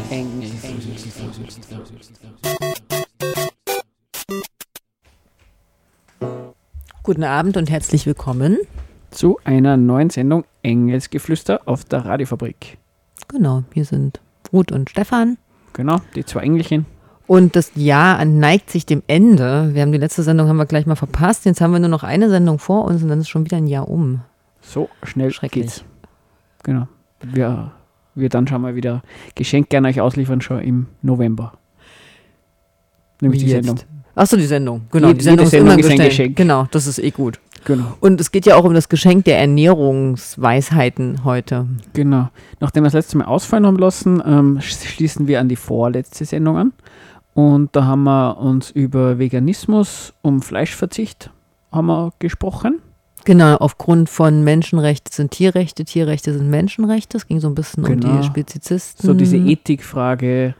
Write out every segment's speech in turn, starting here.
Guten Abend und herzlich willkommen zu einer neuen Sendung Engelsgeflüster auf der Radiofabrik. Genau, hier sind Ruth und Stefan. Genau, die zwei Engelchen. Und das Jahr neigt sich dem Ende. Wir haben die letzte Sendung gleich mal verpasst. Jetzt haben wir nur noch eine Sendung vor uns und dann ist schon wieder ein Jahr um. So schnell geht's. Genau. Wir dann schon mal wieder Geschenke an euch ausliefern, schon im November. Nämlich die Sendung. Achso, die Sendung. Genau, die Sendung ist immer ein Geschenk. Genau, das ist gut. Genau. Und es geht ja auch um das Geschenk der Ernährungsweisheiten heute. Genau. Nachdem wir das letzte Mal ausfallen haben lassen, schließen wir an die vorletzte Sendung an. Und da haben wir uns über Veganismus, um Fleischverzicht haben wir gesprochen. Genau, aufgrund von Menschenrechte sind Tierrechte, Tierrechte sind Menschenrechte. Es ging so ein bisschen um die Spezizisten. So diese Ethikfrage,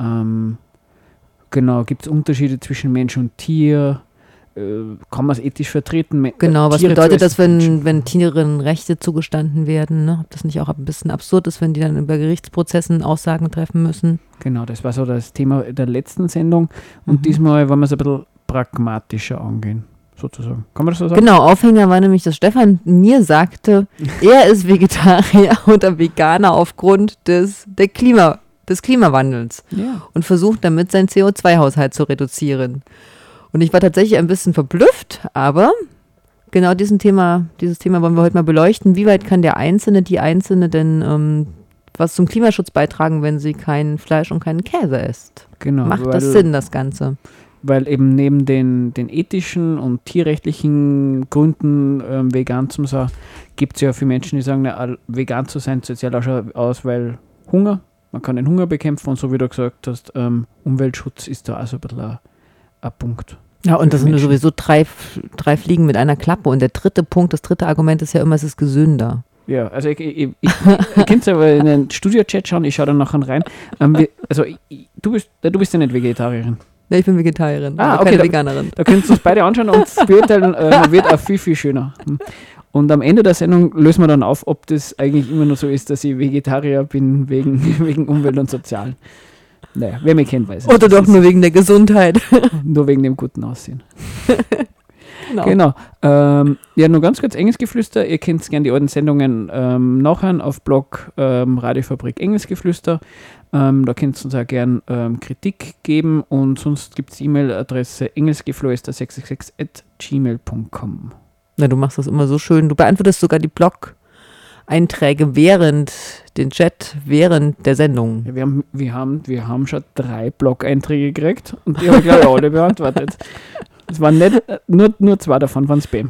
genau, gibt es Unterschiede zwischen Mensch und Tier? Kann man es ethisch vertreten? Genau, was Tiere bedeutet das, wenn Tieren Rechte zugestanden werden? Ne? Ob das nicht auch ein bisschen absurd ist, wenn die dann über Gerichtsprozessen Aussagen treffen müssen? Genau, das war so das Thema der letzten Sendung. Und diesmal wollen wir es ein bisschen pragmatischer angehen, sozusagen. Kann man das so sagen? Genau, Aufhänger war nämlich, dass Stefan mir sagte, er ist Vegetarier oder Veganer aufgrund des Klimawandels und versucht damit seinen CO2-Haushalt zu reduzieren. Und ich war tatsächlich ein bisschen verblüfft, aber genau dieses Thema wollen wir heute mal beleuchten. Wie weit kann die Einzelne denn was zum Klimaschutz beitragen, wenn sie kein Fleisch und keinen Käse isst? Genau. Macht das Sinn, das Ganze? Weil eben neben den ethischen und tierrechtlichen Gründen vegan zu sein, gibt es ja viele Menschen, die sagen, vegan zu sein zahlt ja auch schon aus, weil Hunger, man kann den Hunger bekämpfen und so wie du gesagt hast, Umweltschutz ist da also ein bisschen ein Punkt. Ja, und das sind sowieso drei Fliegen mit einer Klappe. Und der dritte Punkt, das dritte Argument ist ja immer, es ist gesünder. Ja, also ihr könnt es aber in den Studio-Chat schauen, ich schaue dann nachher rein. Du bist ja nicht Vegetarierin. Ja, ich bin Vegetarierin, okay, keine Veganerin. Da könnt ihr uns beide anschauen und uns beurteilen, wird auch viel, viel schöner. Und am Ende der Sendung lösen wir dann auf, ob das eigentlich immer nur so ist, dass ich Vegetarier bin wegen Umwelt und Sozial. Naja, wer mich kennt, weiß es. Oder doch nur wegen der Gesundheit. Nur wegen dem guten Aussehen. Genau. Ja, nur ganz kurz Engelsgeflüster. Ihr könnt gerne die alten Sendungen nachhören auf Blog Radiofabrik Engelsgeflüster. Da könnt ihr uns auch gerne Kritik geben und sonst gibt es die E-Mail-Adresse engelsgeflüster666@gmail.com. Na, du machst das immer so schön. Du beantwortest sogar die Blog-Einträge während der Sendung. Ja, wir haben schon 3 Blog-Einträge gekriegt und die habe ich glaube alle beantwortet. Es waren nicht, nur 2 davon waren Spam.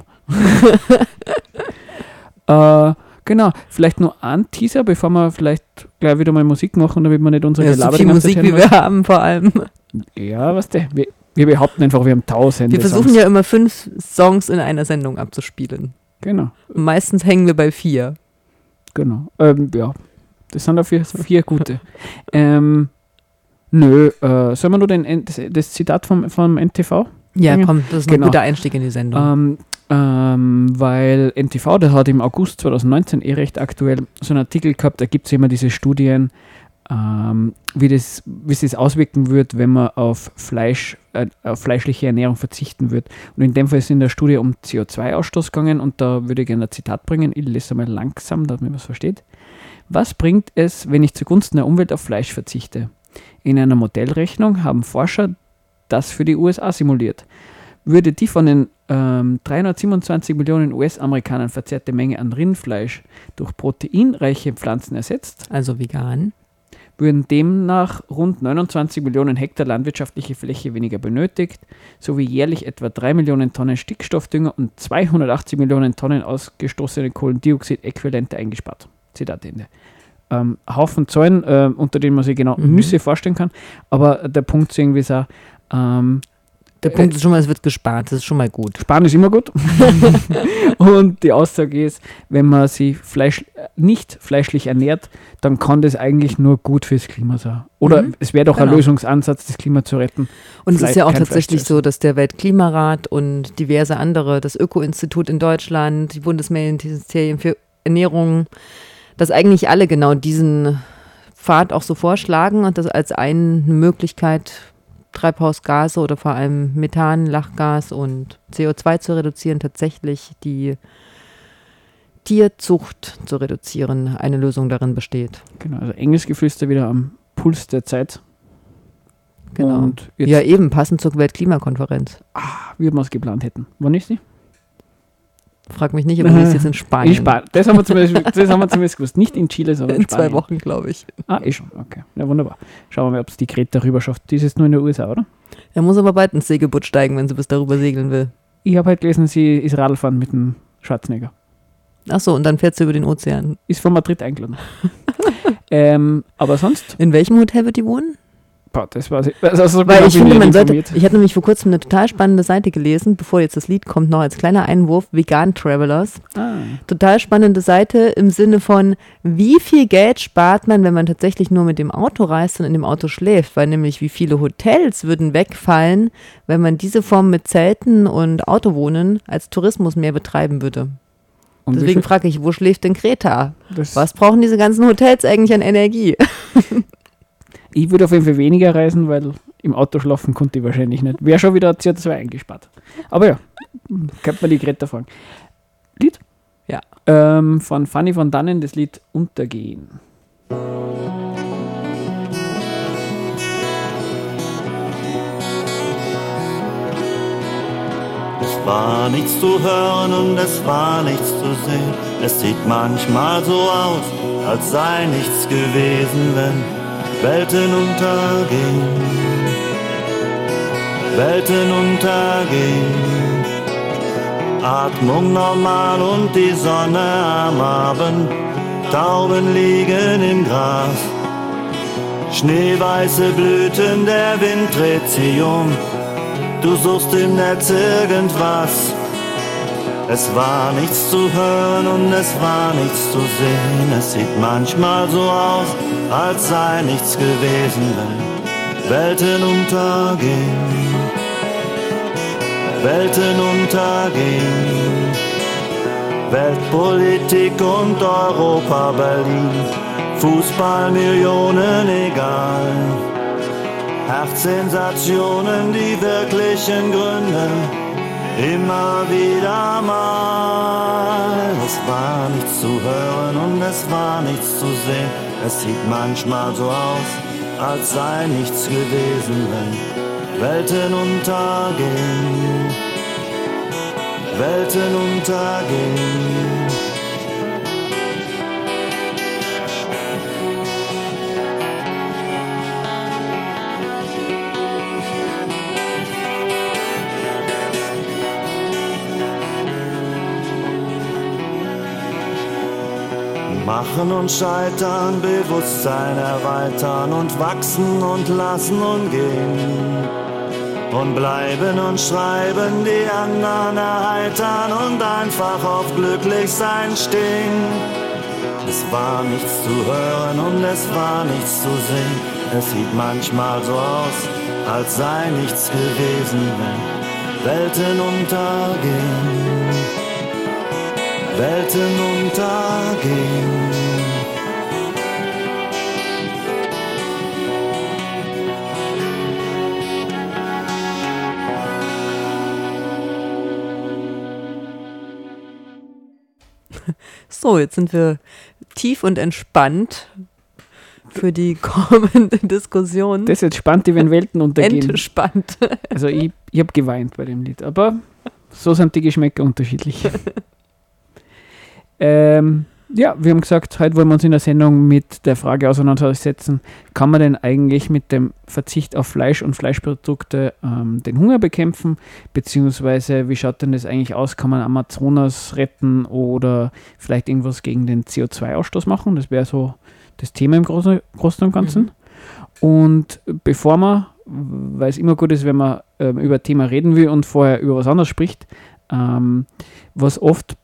Genau, vielleicht nur ein Teaser, bevor wir vielleicht gleich wieder mal Musik machen, damit wir nicht unsere Gelaber so viel Musik, wie wir haben vor allem. Ja, weißt du, wir behaupten einfach, wir haben 1000 Wir versuchen Songs. Ja immer 5 Songs in einer Sendung abzuspielen. Genau. Und meistens hängen wir bei 4. Genau, ja. Das sind dafür 4 gute. Sollen wir nur das Zitat vom NTV? Ja, komm, das ist ein guter Einstieg in die Sendung. Weil NTV, der hat im August 2019 recht aktuell so einen Artikel gehabt, da gibt es immer diese Studien, wie es sich auswirken wird, wenn man auf fleischliche Ernährung verzichten wird. Und in dem Fall ist in der Studie um CO2-Ausstoß gegangen und da würde ich gerne ein Zitat bringen. Ich lese mal langsam, damit man es versteht. Was bringt es, wenn ich zugunsten der Umwelt auf Fleisch verzichte? In einer Modellrechnung haben Forscher das für die USA simuliert. Würde die von den 327 Millionen US-Amerikanern verzehrte Menge an Rindfleisch durch proteinreiche Pflanzen ersetzt, also vegan, würden demnach rund 29 Millionen Hektar landwirtschaftliche Fläche weniger benötigt, sowie jährlich etwa 3 Millionen Tonnen Stickstoffdünger und 280 Millionen Tonnen ausgestoßene Kohlendioxid-Äquivalente eingespart. Zitat Ende. Haufen Zahlen, unter denen man sich genau Nüsse vorstellen kann, aber der Punkt ist irgendwie so, der Punkt ist schon mal, es wird gespart, das ist schon mal gut. Sparen ist immer gut. Und die Aussage ist, wenn man sich nicht fleischlich ernährt, dann kann das eigentlich nur gut fürs Klima sein. Oder es wäre doch ein Lösungsansatz, das Klima zu retten. Und es ist ja auch tatsächlich so, dass der Weltklimarat und diverse andere, das Öko-Institut in Deutschland, die Bundesministerien für Ernährung, dass eigentlich alle genau diesen Pfad auch so vorschlagen und das als eine Möglichkeit, Treibhausgase oder vor allem Methan, Lachgas und CO2 zu reduzieren, tatsächlich die Tierzucht zu reduzieren, eine Lösung darin besteht. Genau, also Engelsgeflüster wieder am Puls der Zeit. Genau. Und jetzt, ja, eben, passend zur Weltklimakonferenz. Wie wir es geplant hätten. Wann ist die? Frag mich nicht, aber die ist jetzt in Spanien. In Spanien. Das haben wir zumindest gewusst. Nicht in Chile, sondern in Spanien. In 2 Wochen, glaube ich. Schon. Okay. Ja, wunderbar. Schauen wir mal, ob es die Greta rüber schafft. Die ist jetzt nur in den USA, oder? Er muss aber bald ins Segelboot steigen, wenn sie bis darüber segeln will. Ich habe halt gelesen, sie ist Radlfahren mit dem Schwarzenegger. Ach so, und dann fährt sie über den Ozean. Ist von Madrid eingeladen. Aber sonst? In welchem Hotel wird die wohnen? Boah, das weiß ich. Also, weil ich finde, man sollte. Ich habe nämlich vor kurzem eine total spannende Seite gelesen, bevor jetzt das Lied kommt, noch als kleiner Einwurf: Vegan Travelers. Total spannende Seite im Sinne von, wie viel Geld spart man, wenn man tatsächlich nur mit dem Auto reist und in dem Auto schläft, weil nämlich wie viele Hotels würden wegfallen, wenn man diese Form mit Zelten und Autowohnen als Tourismus mehr betreiben würde. Und deswegen frage ich, wo schläft denn Greta? Was brauchen diese ganzen Hotels eigentlich an Energie? Ich würde auf jeden Fall weniger reisen, weil im Auto schlafen konnte ich wahrscheinlich nicht. Wäre schon wieder CO2 eingespart. Aber ja, könnte man die Greta fragen. Lied? Ja. Von Fanny von Dannen, das Lied Untergehen. Es war nichts zu hören und es war nichts zu sehen. Es sieht manchmal so aus, als sei nichts gewesen, wenn Welten untergehen, Welten untergehen. Atmung normal und die Sonne am Abend, Tauben liegen im Gras, schneeweiße Blüten, der Wind dreht sie um, du suchst im Netz irgendwas. Es war nichts zu hören und es war nichts zu sehen. Es sieht manchmal so aus, als sei nichts gewesen, wenn Welten untergehen, Welten untergehen. Weltpolitik und Europa, Berlin, Fußball, Millionen, egal. Herzsensationen, die wirklichen Gründe, immer wieder mal. Es war nichts zu hören und es war nichts zu sehen. Es sieht manchmal so aus, als sei nichts gewesen, wenn Welten untergehen, Welten untergehen. Machen und scheitern, Bewusstsein erweitern und wachsen und lassen und gehen. Und bleiben und schreiben, die anderen erheitern und einfach auf Glücklichsein stehen. Es war nichts zu hören und es war nichts zu sehen. Es sieht manchmal so aus, als sei nichts gewesen, wenn Welten untergehen, Welten untergehen. So, jetzt sind wir tief und entspannt für die kommende Diskussion. Das ist jetzt spannend, wenn Welten untergehen. Entspannt. Also ich habe geweint bei dem Lied, aber so sind die Geschmäcker unterschiedlich. Ja, wir haben gesagt, heute wollen wir uns in der Sendung mit der Frage auseinandersetzen, kann man denn eigentlich mit dem Verzicht auf Fleisch und Fleischprodukte den Hunger bekämpfen, beziehungsweise wie schaut denn das eigentlich aus, kann man Amazonas retten oder vielleicht irgendwas gegen den CO2-Ausstoß machen, das wäre so das Thema im Großen und Ganzen. Und bevor man, weil es immer gut ist, wenn man über ein Thema reden will und vorher über was anderes spricht, was oft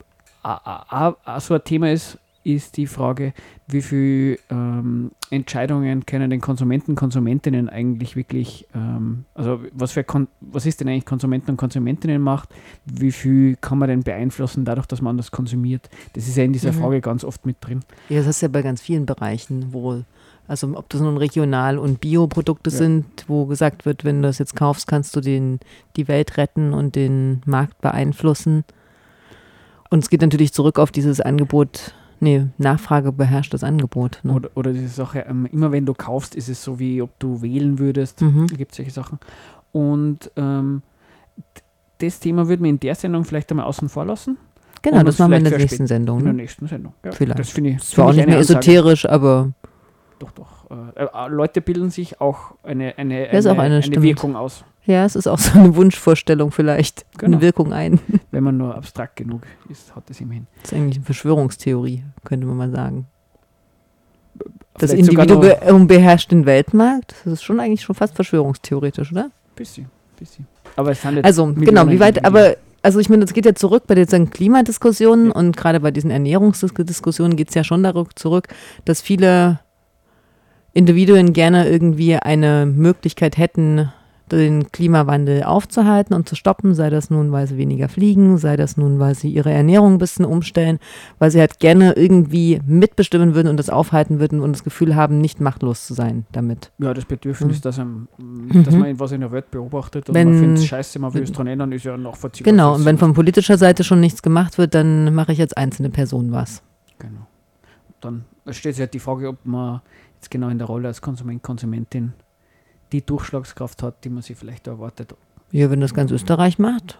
so ein Thema ist die Frage, wie viele Entscheidungen können den Konsumenten, Konsumentinnen eigentlich wirklich, also was ist denn eigentlich Konsumenten und Konsumentinnen macht, wie viel kann man denn beeinflussen dadurch, dass man das konsumiert? Das ist ja in dieser Frage ganz oft mit drin. Ja, das ist ja bei ganz vielen Bereichen, wo Also ob das nun Regional- und Bioprodukte sind, wo gesagt wird, wenn du das jetzt kaufst, kannst du die Welt retten und den Markt beeinflussen. Und es geht natürlich zurück auf dieses Nachfrage beherrscht das Angebot. Ne? Oder diese Sache, immer wenn du kaufst, ist es so, wie ob du wählen würdest. Mhm. Da gibt es solche Sachen. Und das Thema würden wir in der Sendung vielleicht einmal außen vor lassen. Genau, das machen wir in der vielleicht nächsten Sendung. In der Ne? nächsten Sendung, ja. Vielleicht. Das finde ich. Das war auch nicht mehr esoterisch, aber... Doch. Leute bilden sich auch eine stimmt. Wirkung aus. Ja, es ist auch so eine Wunschvorstellung vielleicht. Genau. Eine Wirkung ein. Wenn man nur abstrakt genug ist, hat es immerhin. Das ist eigentlich eine Verschwörungstheorie, könnte man mal sagen. Das Vielleicht sogar Individuum beherrscht den Weltmarkt. Das ist eigentlich schon fast verschwörungstheoretisch, oder? Bisschen. Aber es handelt Also, genau, wie weit, ich meine, das geht ja zurück bei diesen Klimadiskussionen und gerade bei diesen Ernährungsdiskussionen geht es ja schon zurück, dass viele Individuen gerne irgendwie eine Möglichkeit hätten, den Klimawandel aufzuhalten und zu stoppen, sei das nun, weil sie weniger fliegen, sei das nun, weil sie ihre Ernährung ein bisschen umstellen, weil sie halt gerne irgendwie mitbestimmen würden und das aufhalten würden und das Gefühl haben, nicht machtlos zu sein damit. Ja, das Bedürfnis, dass man was in der Welt beobachtet und man findet es scheiße, man will es dran ändern, ist ja nachvollziehbar. Genau, und wenn von politischer Seite schon nichts gemacht wird, dann mache ich als einzelne Person was. Genau. Dann stellt sich halt die Frage, ob man jetzt genau in der Rolle als Konsumentin die Durchschlagskraft hat, die man sich vielleicht erwartet. Ja, wenn das ganz Österreich macht.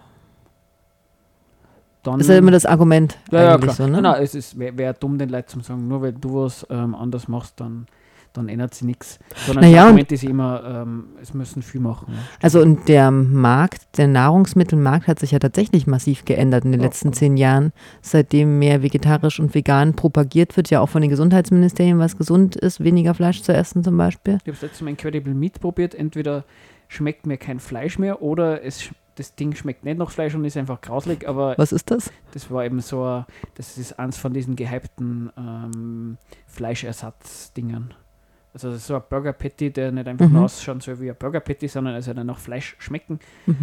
Dann ist ja immer das Argument eigentlich klar. so, ne? Nein, es wäre dumm, den Leuten zu sagen, nur weil du was anders machst, dann ändert sich nichts. Sondern das Argument ist immer, es müssen viel machen. Ne? Also und der Nahrungsmittelmarkt hat sich ja tatsächlich massiv geändert in den letzten 10 Jahren, seitdem mehr vegetarisch und vegan propagiert wird, ja auch von den Gesundheitsministerien, was gesund ist, weniger Fleisch zu essen zum Beispiel. Ich habe das letzte Mal Incredible Meat probiert, entweder schmeckt mir kein Fleisch mehr oder das Ding schmeckt nicht nach Fleisch und ist einfach grauslig, aber... Was ist das? Das war eben so, das ist eins von diesen gehypten Fleischersatzdingern. Also das ist so ein Burger Patty, der nicht einfach nur ausschauen soll wie ein Burger Patty, sondern also dann nach Fleisch schmecken.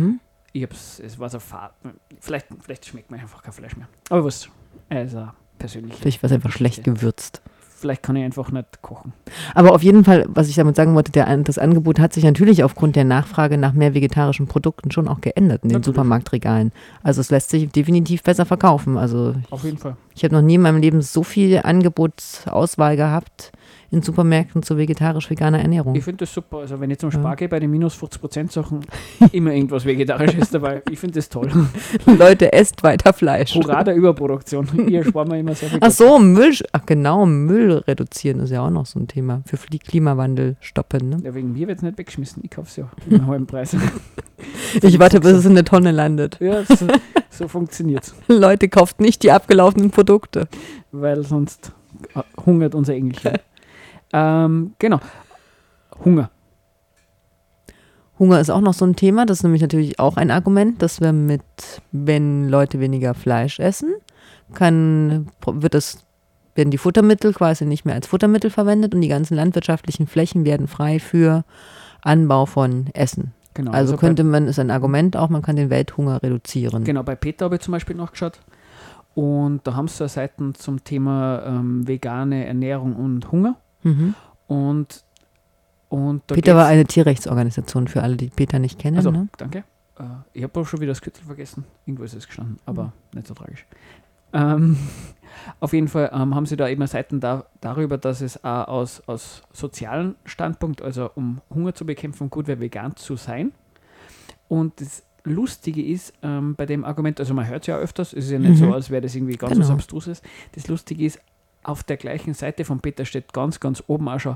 Es war so vielleicht schmeckt mir einfach kein Fleisch mehr. Aber was? Also persönlich. Vielleicht war es einfach schlecht gewürzt. Vielleicht kann ich einfach nicht kochen. Aber auf jeden Fall, was ich damit sagen wollte, das Angebot hat sich natürlich aufgrund der Nachfrage nach mehr vegetarischen Produkten schon auch geändert in den Supermarktregalen. Also es lässt sich definitiv besser verkaufen. Also auf jeden Fall. Ich habe noch nie in meinem Leben so viel Angebotsauswahl gehabt in Supermärkten zu vegetarisch-veganer Ernährung. Ich finde das super. Also wenn ich zum Spar gehe, bei den minus 50% Sachen immer irgendwas Vegetarisches dabei. Ich finde das toll. Leute, esst weiter Fleisch. Hurra der Überproduktion. Hier sparen wir immer sehr viel Geld. Ach so, Müll reduzieren ist ja auch noch so ein Thema. Für die Klimawandel stoppen. Ne? Ja, wegen mir wird es nicht weggeschmissen. Ich kaufe es ja in einem halben Preis. Ich warte, bis es in eine Tonne landet. Ja, so funktioniert es. Leute, kauft nicht die abgelaufenen Produkte. Weil sonst hungert unser Engelchen. Genau. Hunger. Hunger ist auch noch so ein Thema. Das ist nämlich natürlich auch ein Argument, dass wir wenn Leute weniger Fleisch essen, werden die Futtermittel quasi nicht mehr als Futtermittel verwendet und die ganzen landwirtschaftlichen Flächen werden frei für Anbau von Essen. Genau, also ist ein Argument auch, man kann den Welthunger reduzieren. Genau, bei PETA habe ich zum Beispiel nachgeschaut und da haben sie so Seiten zum Thema vegane Ernährung und Hunger. Und da PETA war eine Tierrechtsorganisation für alle, die PETA nicht kennen. Also, ne? Danke. Ich habe auch schon wieder das Kürzel vergessen. Irgendwo ist es gestanden, aber nicht so tragisch. Auf jeden Fall haben sie da eben Seiten darüber, dass es auch aus sozialen Standpunkt, also um Hunger zu bekämpfen, gut wäre, vegan zu sein. Und das Lustige ist bei dem Argument, also man hört es ja öfters, es ist ja nicht so, als wäre das irgendwie ganz was Abstruses. Das Lustige ist, auf der gleichen Seite von PETA steht ganz, ganz oben auch schon,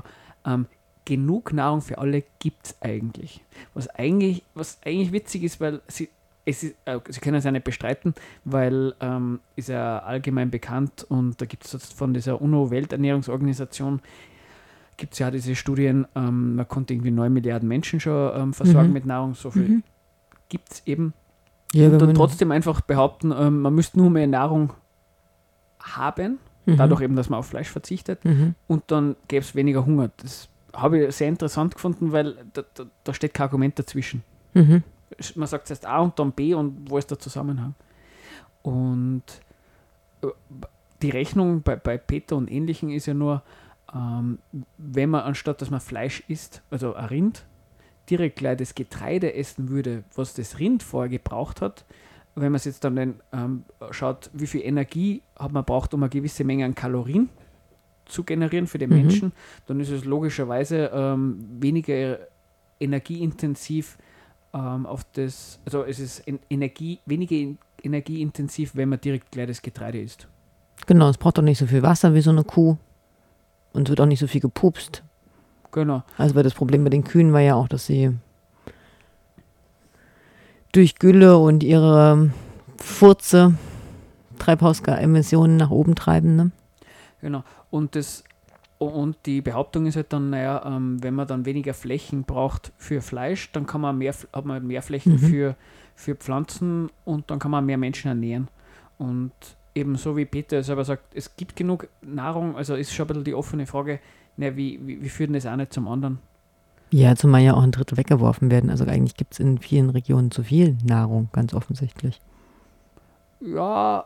genug Nahrung für alle gibt es eigentlich. Was eigentlich witzig ist, weil sie können es ja nicht bestreiten, weil ist ja allgemein bekannt und da gibt es von dieser UNO-Welternährungsorganisation gibt es ja diese Studien, man konnte irgendwie 9 Milliarden Menschen schon versorgen mit Nahrung, so viel gibt es eben. Ja, und dann trotzdem einfach behaupten, man müsste nur mehr Nahrung haben, dadurch eben, dass man auf Fleisch verzichtet und dann gäbe es weniger Hunger. Das habe ich sehr interessant gefunden, weil da steht kein Argument dazwischen. Man sagt erst A und dann B und wo ist der Zusammenhang? Und die Rechnung bei PETA und Ähnlichen ist ja nur, wenn man anstatt, dass man Fleisch isst, also ein Rind, direkt gleich das Getreide essen würde, was das Rind vorher gebraucht hat, wenn man es jetzt dann schaut, wie viel Energie hat man braucht, um eine gewisse Menge an Kalorien zu generieren für den Menschen, dann ist es logischerweise weniger energieintensiv also es ist weniger energieintensiv, wenn man direkt gleich das Getreide isst. Genau, es braucht auch nicht so viel Wasser wie so eine Kuh und es wird auch nicht so viel gepupst. Genau. Also weil das Problem bei den Kühen war ja auch, dass sie durch Gülle und ihre Furze Treibhausgasemissionen nach oben treiben. Ne? Genau. Und die Behauptung ist halt dann, wenn man dann weniger Flächen braucht für Fleisch, dann hat man mehr Flächen für Pflanzen und dann kann man mehr Menschen ernähren. Und ebenso wie Peter selber sagt, es gibt genug Nahrung, also ist schon ein bisschen die offene Frage, wie führt denn das auch nicht zum anderen? Ja, zumal ja auch ein Drittel weggeworfen werden. Also eigentlich gibt es in vielen Regionen zu viel Nahrung, ganz offensichtlich. Ja,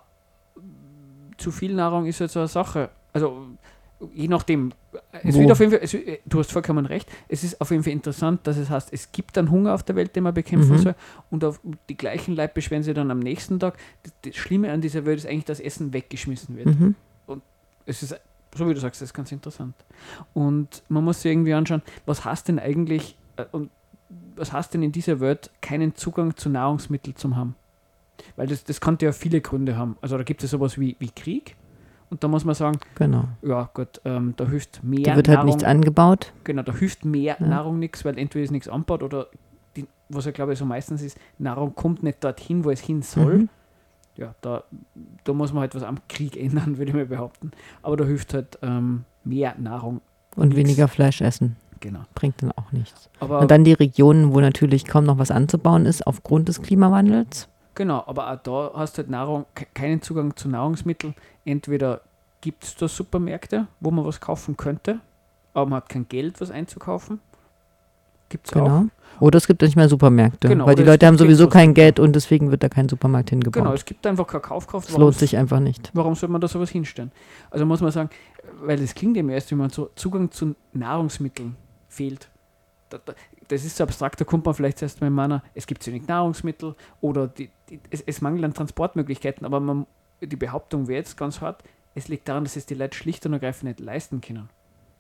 zu viel Nahrung ist jetzt so eine Sache. Also je nachdem. Du hast vollkommen recht. Es ist auf jeden Fall interessant, dass es heißt, es gibt einen Hunger auf der Welt, den man bekämpfen soll. Und auf die gleichen Leute beschweren sie dann am nächsten Tag. Das Schlimme an dieser Welt ist eigentlich, dass Essen weggeschmissen wird. Und es ist, so wie du sagst, das ist ganz interessant. Und man muss sich irgendwie anschauen, was heißt denn eigentlich, und was heißt denn in dieser Welt, keinen Zugang zu Nahrungsmitteln zu haben? Weil das könnte ja viele Gründe haben. Also da gibt es sowas wie Krieg. Und da muss man sagen, genau. Ja gut, da hilft mehr da wird halt nichts angebaut. Genau, da hilft mehr Nahrung nichts, weil entweder ist nichts angebaut oder, was ja glaube ich so meistens ist, Nahrung kommt nicht dorthin, wo es hin soll. Ja, da muss man halt was am Krieg ändern, würde ich mal behaupten. Aber da hilft halt mehr Nahrung. Und weniger Fleisch essen. Genau. Bringt dann auch nichts. Und dann die Regionen, wo natürlich kaum noch was anzubauen ist, aufgrund des Klimawandels. Genau, aber auch da hast du halt keinen Zugang zu Nahrungsmitteln. Entweder gibt es da Supermärkte, wo man was kaufen könnte, aber man hat kein Geld, was einzukaufen. Gibt es auch. Oder es gibt nicht mehr Supermärkte, genau, weil die Leute haben sowieso kein Geld und deswegen wird da kein Supermarkt hingebaut. Genau, es gibt einfach keine Kaufkraft. Es lohnt sich einfach nicht. Warum soll man da sowas hinstellen? Also muss man sagen, weil das klingt eben erst, wenn man so Zugang zu Nahrungsmitteln fehlt. Das ist so abstrakt, da kommt man vielleicht erst mal in meiner, es gibt zu wenig Nahrungsmittel oder es mangelt an Transportmöglichkeiten, aber die Behauptung wäre jetzt ganz hart, es liegt daran, dass es die Leute schlicht und ergreifend nicht leisten können.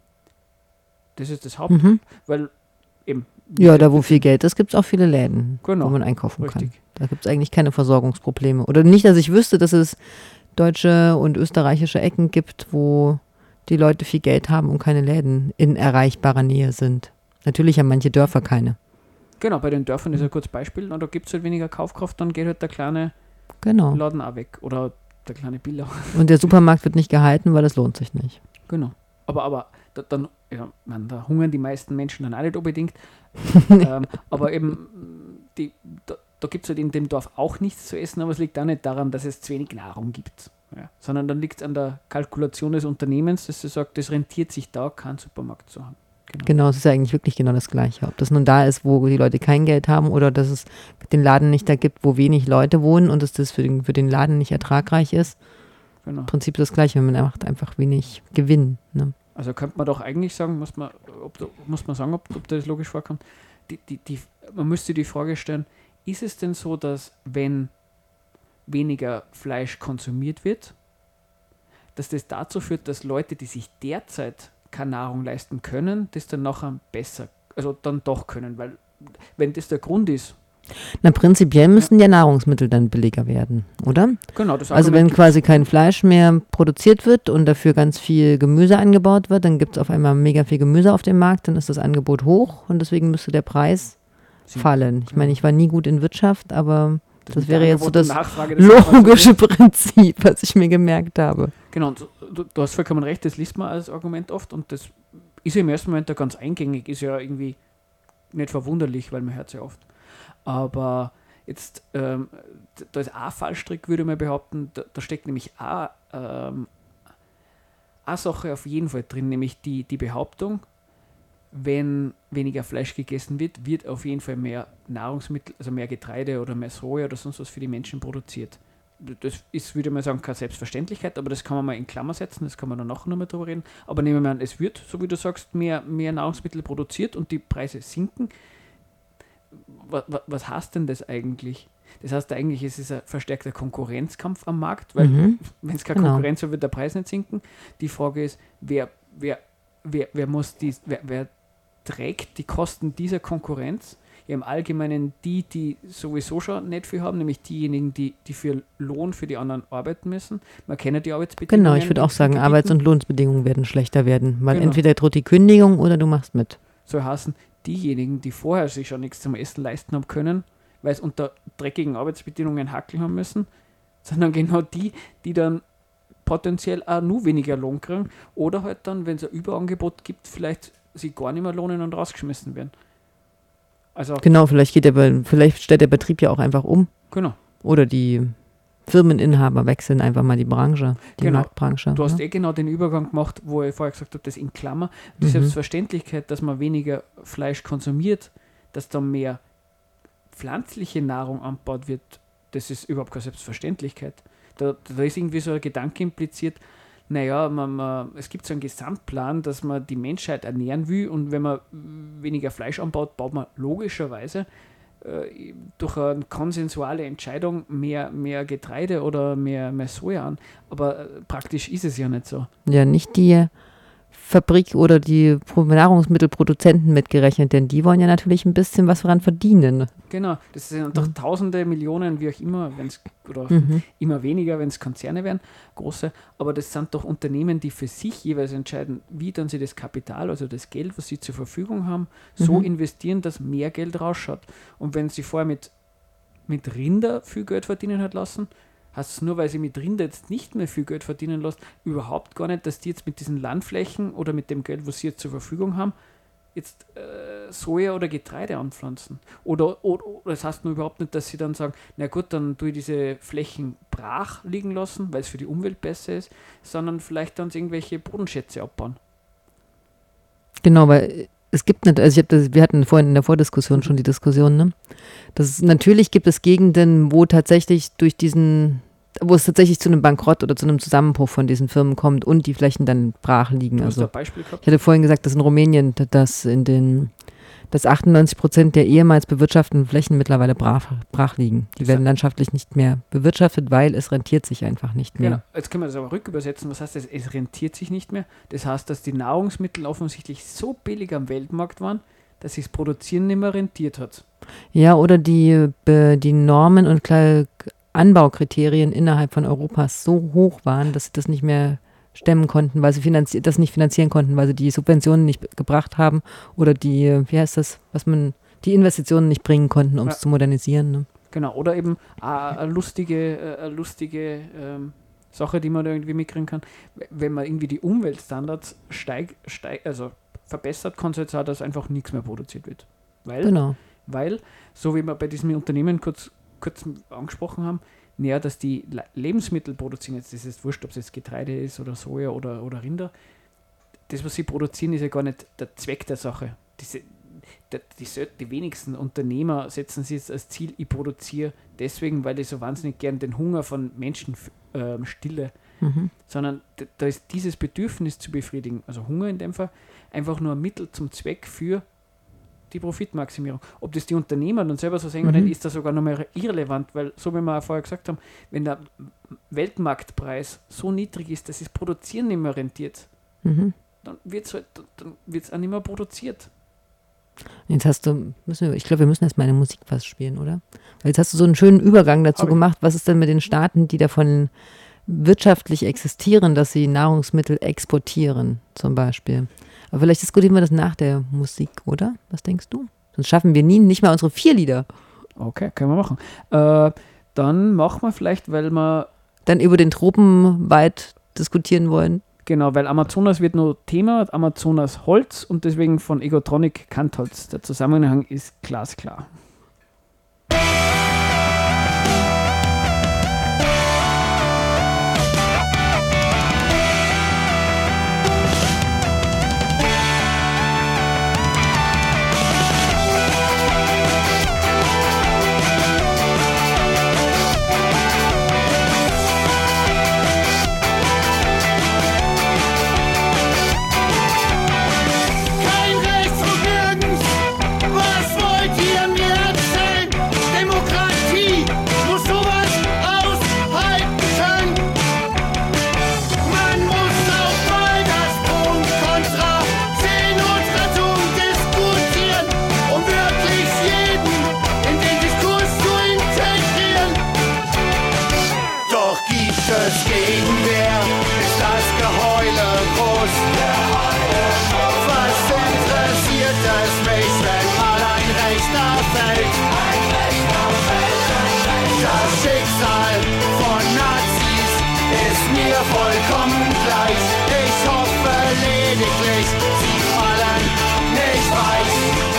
Das ist das Haupt, weil eben... Ja, da wo viel Geld ist, gibt es auch viele Läden, wo man einkaufen richtig. kann. Da gibt es eigentlich keine Versorgungsprobleme. Oder nicht, dass ich wüsste, dass es deutsche und österreichische Ecken gibt, wo die Leute viel Geld haben und keine Läden in erreichbarer Nähe sind. Natürlich haben manche Dörfer keine. Genau, bei den Dörfern ist ein kurzes Beispiel. Da gibt es halt weniger Kaufkraft, dann geht halt der kleine Laden auch weg. Oder der kleine Biller. Und der Supermarkt wird nicht gehalten, weil das lohnt sich nicht. Genau. Aber da hungern die meisten Menschen dann auch nicht unbedingt. Aber eben, da gibt es halt in dem Dorf auch nichts zu essen, aber es liegt auch nicht daran, dass es zu wenig Nahrung gibt. Ja. Sondern dann liegt es an der Kalkulation des Unternehmens, dass sie sagt, es rentiert sich da, keinen Supermarkt zu haben. Genau, es ist ja eigentlich wirklich genau das Gleiche. Ob das nun da ist, wo die Leute kein Geld haben oder dass es den Laden nicht da gibt, wo wenig Leute wohnen und dass das für den Laden nicht ertragreich ist. Genau. Im Prinzip das Gleiche, man macht einfach wenig Gewinn. Ne? Also könnte man doch eigentlich sagen, muss man sagen, ob das logisch vorkommt, man müsste die Frage stellen, ist es denn so, dass wenn weniger Fleisch konsumiert wird, dass das dazu führt, dass Leute, die sich derzeit keine Nahrung leisten können, das dann nachher besser, also dann doch können, weil wenn das der Grund ist. Na, prinzipiell müssen ja Nahrungsmittel dann billiger werden, oder? Genau. Das also wenn quasi kein Fleisch mehr produziert wird und dafür ganz viel Gemüse angebaut wird, dann gibt es auf einmal mega viel Gemüse auf dem Markt, dann ist das Angebot hoch und deswegen müsste der Preis fallen. Ich meine, ich war nie gut in Wirtschaft, aber das wäre jetzt so das logische Prinzip, was ich mir gemerkt habe. Genau, und du hast vollkommen recht, das liest man als Argument oft und das ist ja im ersten Moment ja ganz eingängig, ist ja irgendwie nicht verwunderlich, weil man hört es ja oft. Aber jetzt, da ist auch ein Fallstrick, würde ich mal behaupten, da steckt nämlich auch eine Sache auf jeden Fall drin, nämlich die Behauptung, wenn weniger Fleisch gegessen wird auf jeden Fall mehr Nahrungsmittel, also mehr Getreide oder mehr Soja oder sonst was für die Menschen produziert. das ist, würde ich mal sagen, keine Selbstverständlichkeit, aber das kann man mal in Klammer setzen, das kann man dann nachher nochmal drüber reden. Aber nehmen wir an, es wird, so wie du sagst, mehr Nahrungsmittel produziert und die Preise sinken. Was heißt denn das eigentlich? Das heißt eigentlich, es ist ein verstärkter Konkurrenzkampf am Markt, weil wenn es keine Konkurrenz wäre, wird der Preis nicht sinken. Die Frage ist, wer trägt die Kosten dieser Konkurrenz? Ja, im Allgemeinen die sowieso schon nicht viel haben, nämlich diejenigen, die für Lohn für die anderen arbeiten müssen. Man kennt die Arbeitsbedingungen. Genau, ich würde auch sagen, Arbeits- und Lohnbedingungen werden schlechter werden, weil entweder droht die Kündigung oder du machst mit. So heißen diejenigen, die vorher sich schon nichts zum Essen leisten haben können, weil es unter dreckigen Arbeitsbedingungen hackeln haben müssen, sondern genau die dann potenziell auch nur weniger Lohn kriegen oder halt dann, wenn es ein Überangebot gibt, vielleicht sich gar nicht mehr lohnen und rausgeschmissen werden. Also genau, vielleicht stellt der Betrieb ja auch einfach um. Genau. Oder die Firmeninhaber wechseln einfach mal die Branche, die Marktbranche. Du hast genau den Übergang gemacht, wo ich vorher gesagt habe, das in Klammer. Die Selbstverständlichkeit, dass man weniger Fleisch konsumiert, dass dann mehr pflanzliche Nahrung angebaut wird, das ist überhaupt keine Selbstverständlichkeit. Da ist irgendwie so ein Gedanke impliziert, naja, es gibt so einen Gesamtplan, dass man die Menschheit ernähren will und wenn man weniger Fleisch anbaut, baut man logischerweise durch eine konsensuale Entscheidung mehr Getreide oder mehr Soja an. Aber praktisch ist es ja nicht so. Ja, nicht die Fabrik oder die Nahrungsmittelproduzenten mitgerechnet, denn die wollen ja natürlich ein bisschen was daran verdienen. Genau, das sind doch Tausende, Millionen, wie auch immer, immer weniger, wenn es Konzerne wären, große, aber das sind doch Unternehmen, die für sich jeweils entscheiden, wie dann sie das Kapital, also das Geld, was sie zur Verfügung haben, so investieren, dass mehr Geld rausschaut. Und wenn sie vorher mit Rinder viel Geld verdienen hat lassen, heißt es nur, weil sie mit Rinder jetzt nicht mehr viel Geld verdienen lässt, überhaupt gar nicht, dass die jetzt mit diesen Landflächen oder mit dem Geld, was sie jetzt zur Verfügung haben, jetzt Soja oder Getreide anpflanzen. Oder das heißt nur überhaupt nicht, dass sie dann sagen, na gut, dann tue ich diese Flächen brach liegen lassen, weil es für die Umwelt besser ist, sondern vielleicht dann irgendwelche Bodenschätze abbauen. Genau, weil es gibt nicht, also wir hatten vorhin in der Vordiskussion schon die Diskussion, ne? Natürlich gibt es Gegenden, wo es tatsächlich zu einem Bankrott oder zu einem Zusammenbruch von diesen Firmen kommt und die Flächen dann brach liegen. Du hast ein Beispiel gehabt? Ich hatte vorhin gesagt, dass in Rumänien, dass 98% der ehemals bewirtschafteten Flächen mittlerweile brach liegen. Die werden landschaftlich nicht mehr bewirtschaftet, weil es rentiert sich einfach nicht mehr. Genau, jetzt können wir das aber rückübersetzen. Was heißt das? Es rentiert sich nicht mehr. Das heißt, dass die Nahrungsmittel offensichtlich so billig am Weltmarkt waren, dass sich das Produzieren nicht mehr rentiert hat. Ja, oder die Normen und Anbaukriterien innerhalb von Europas so hoch waren, dass sie das nicht mehr stemmen konnten, weil sie das nicht finanzieren konnten, weil sie die Subventionen nicht gebracht haben oder die Investitionen nicht bringen konnten, um es zu modernisieren. Ne? Genau, oder eben eine lustige Sache, die man da irgendwie mitkriegen kann, wenn man irgendwie die Umweltstandards verbessert, kann es jetzt auch, dass einfach nichts mehr produziert wird. Weil, so wie wir bei diesem Unternehmen kurz angesprochen haben, dass die Lebensmittel produzieren, jetzt ist es wurscht, ob es jetzt Getreide ist oder Soja oder Rinder, das, was sie produzieren, ist ja gar nicht der Zweck der Sache. Die wenigsten Unternehmer setzen sich jetzt als Ziel, ich produziere deswegen, weil ich so wahnsinnig gern den Hunger von Menschen stille, sondern da ist dieses Bedürfnis zu befriedigen, also Hunger in dem Fall, einfach nur ein Mittel zum Zweck für die Profitmaximierung. Ob das die Unternehmer dann selber so sehen oder nicht, ist das sogar noch mehr irrelevant, weil, so wie wir vorher gesagt haben, wenn der Weltmarktpreis so niedrig ist, dass das Produzieren nicht mehr rentiert, dann wird es auch nicht mehr produziert. Jetzt ich glaube, wir müssen erst mal eine Musik fast spielen, oder? Weil jetzt hast du so einen schönen Übergang dazu gemacht. Was ist denn mit den Staaten, die davon wirtschaftlich existieren, dass sie Nahrungsmittel exportieren, zum Beispiel? Aber vielleicht diskutieren wir das nach der Musik, oder? Was denkst du? Sonst schaffen wir nicht mal unsere 4 Lieder. Okay, können wir machen. Dann machen wir vielleicht, weil wir dann über den Tropenwald diskutieren wollen. Genau, weil Amazonas wird nur Thema, Amazonas Holz und deswegen von Egotronic Kantholz. Der Zusammenhang ist glasklar. groß. Was interessiert es mich, wenn mal ein Rechter fällt? Das Schicksal von Nazis ist mir vollkommen gleich. Ich hoffe lediglich, sie fallen nicht weich.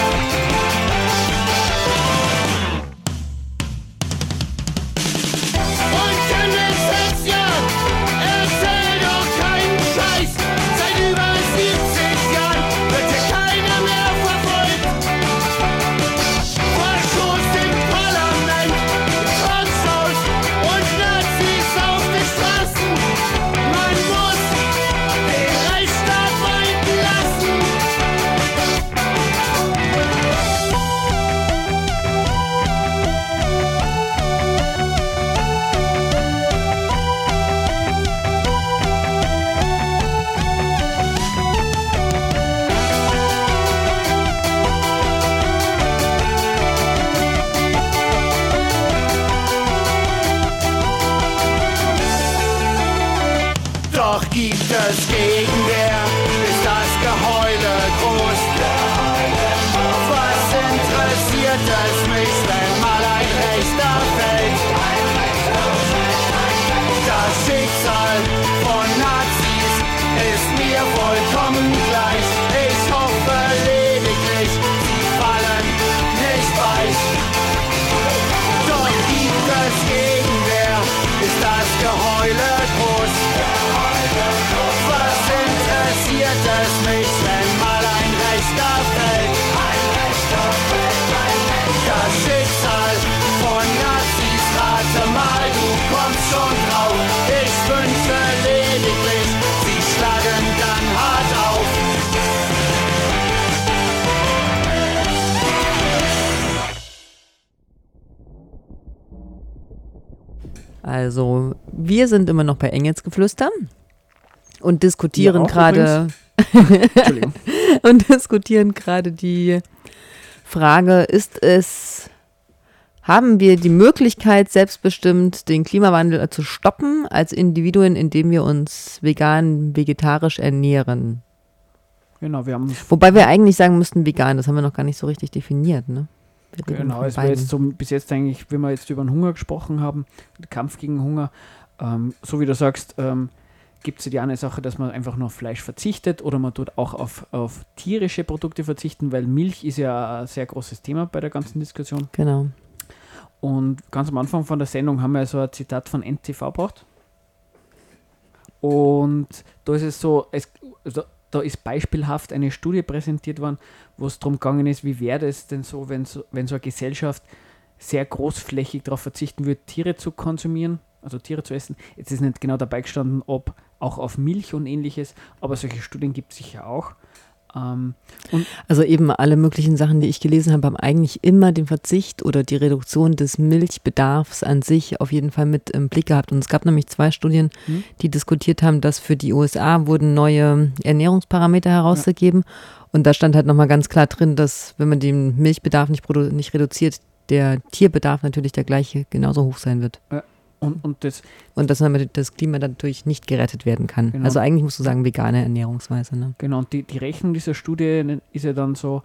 Und Quintessenz, erzähl doch keinen Scheiß. Seit über 70 Jahren wird hier keiner mehr verfolgt. Verschoss im Parlament, Transhaus und Nazis auf den Straßen. Man muss den Rechtsstaat walten lassen. Doch gibt es Gegenwehr, ist das Geheule groß. Was interessiert es mich, wenn mal ein Rechter fällt? Das Schicksal von Nazis ist mir vollkommen gleich. Ich hoffe lediglich, sie fallen nicht weich. Doch gibt es Gegenwehr, ist das Geheule groß. Was interessiert es mich, wenn mal ein Rechter fällt? Das Schicksal von Nazis, rate mal, du kommst schon drauf. Ich wünsche lediglich, sie schlagen dann hart auf. Also, wir sind immer noch bei Engelsgeflüster und diskutieren Ja, auch gerade Entschuldigung. und diskutieren gerade die Frage, haben wir die Möglichkeit, selbstbestimmt den Klimawandel zu stoppen als Individuen, indem wir uns vegan, vegetarisch ernähren? Genau, wir haben Wobei wir eigentlich sagen müssten vegan, das haben wir noch gar nicht so richtig definiert, ne? Wir reden Genau, von es war beiden. jetzt so, bis jetzt eigentlich, wenn wir jetzt über den Hunger gesprochen haben, den Kampf gegen Hunger, so wie du sagst, gibt es ja die eine Sache, dass man einfach nur auf Fleisch verzichtet oder man tut auch auf tierische Produkte verzichten, weil Milch ist ja ein sehr großes Thema bei der ganzen Diskussion. Genau. Und ganz am Anfang von der Sendung haben wir so ein Zitat von NTV gebracht. Und da ist es so, da ist beispielhaft eine Studie präsentiert worden, wo es darum gegangen ist, wie wäre es denn so, wenn so eine Gesellschaft sehr großflächig darauf verzichten würde, Tiere zu konsumieren, also Tiere zu essen. Jetzt ist nicht genau dabei gestanden, ob auch auf Milch und ähnliches, aber solche Studien gibt es sicher auch. Also eben alle möglichen Sachen, die ich gelesen habe, haben eigentlich immer den Verzicht oder die Reduktion des Milchbedarfs an sich auf jeden Fall mit im Blick gehabt. Und es gab nämlich 2 Studien, die diskutiert haben, dass für die USA wurden neue Ernährungsparameter herausgegeben. Ja. Und da stand halt nochmal ganz klar drin, dass wenn man den Milchbedarf nicht reduziert, der Tierbedarf natürlich der gleiche genauso hoch sein wird. Ja. Und dass damit das Klima natürlich nicht gerettet werden kann. Genau. Also eigentlich musst du sagen, vegane Ernährungsweise. Ne? Genau, und die Rechnung dieser Studie ist ja dann so,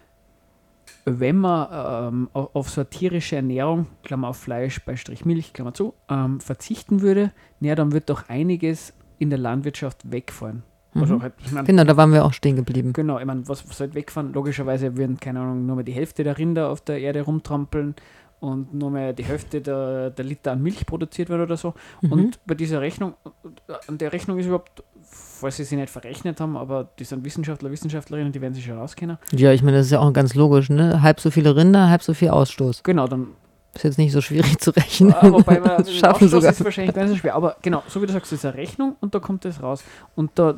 wenn man auf so eine tierische Ernährung, Klammer auf Fleisch, Beistrich Milch, Klammer zu, verzichten würde, dann wird doch einiges in der Landwirtschaft wegfallen. Also halt, genau, da waren wir auch stehen geblieben. Genau, ich meine, was halt wegfahren? Logischerweise würden, keine Ahnung, nur mal die Hälfte der Rinder auf der Erde rumtrampeln und nur mehr die Hälfte der Liter an Milch produziert wird oder so. Und bei dieser Rechnung, an der Rechnung ist überhaupt, falls sie nicht verrechnet haben, aber die sind Wissenschaftler, Wissenschaftlerinnen, die werden sich schon auskennen. Ja, ich meine, das ist ja auch ganz logisch, ne? Halb so viele Rinder, halb so viel Ausstoß. Genau, dann ist jetzt nicht so schwierig zu rechnen. Wobei man das schaffen sogar. ist wahrscheinlich gar nicht so schwer. Aber genau, so wie du sagst, das ist eine Rechnung und da kommt das raus. Und das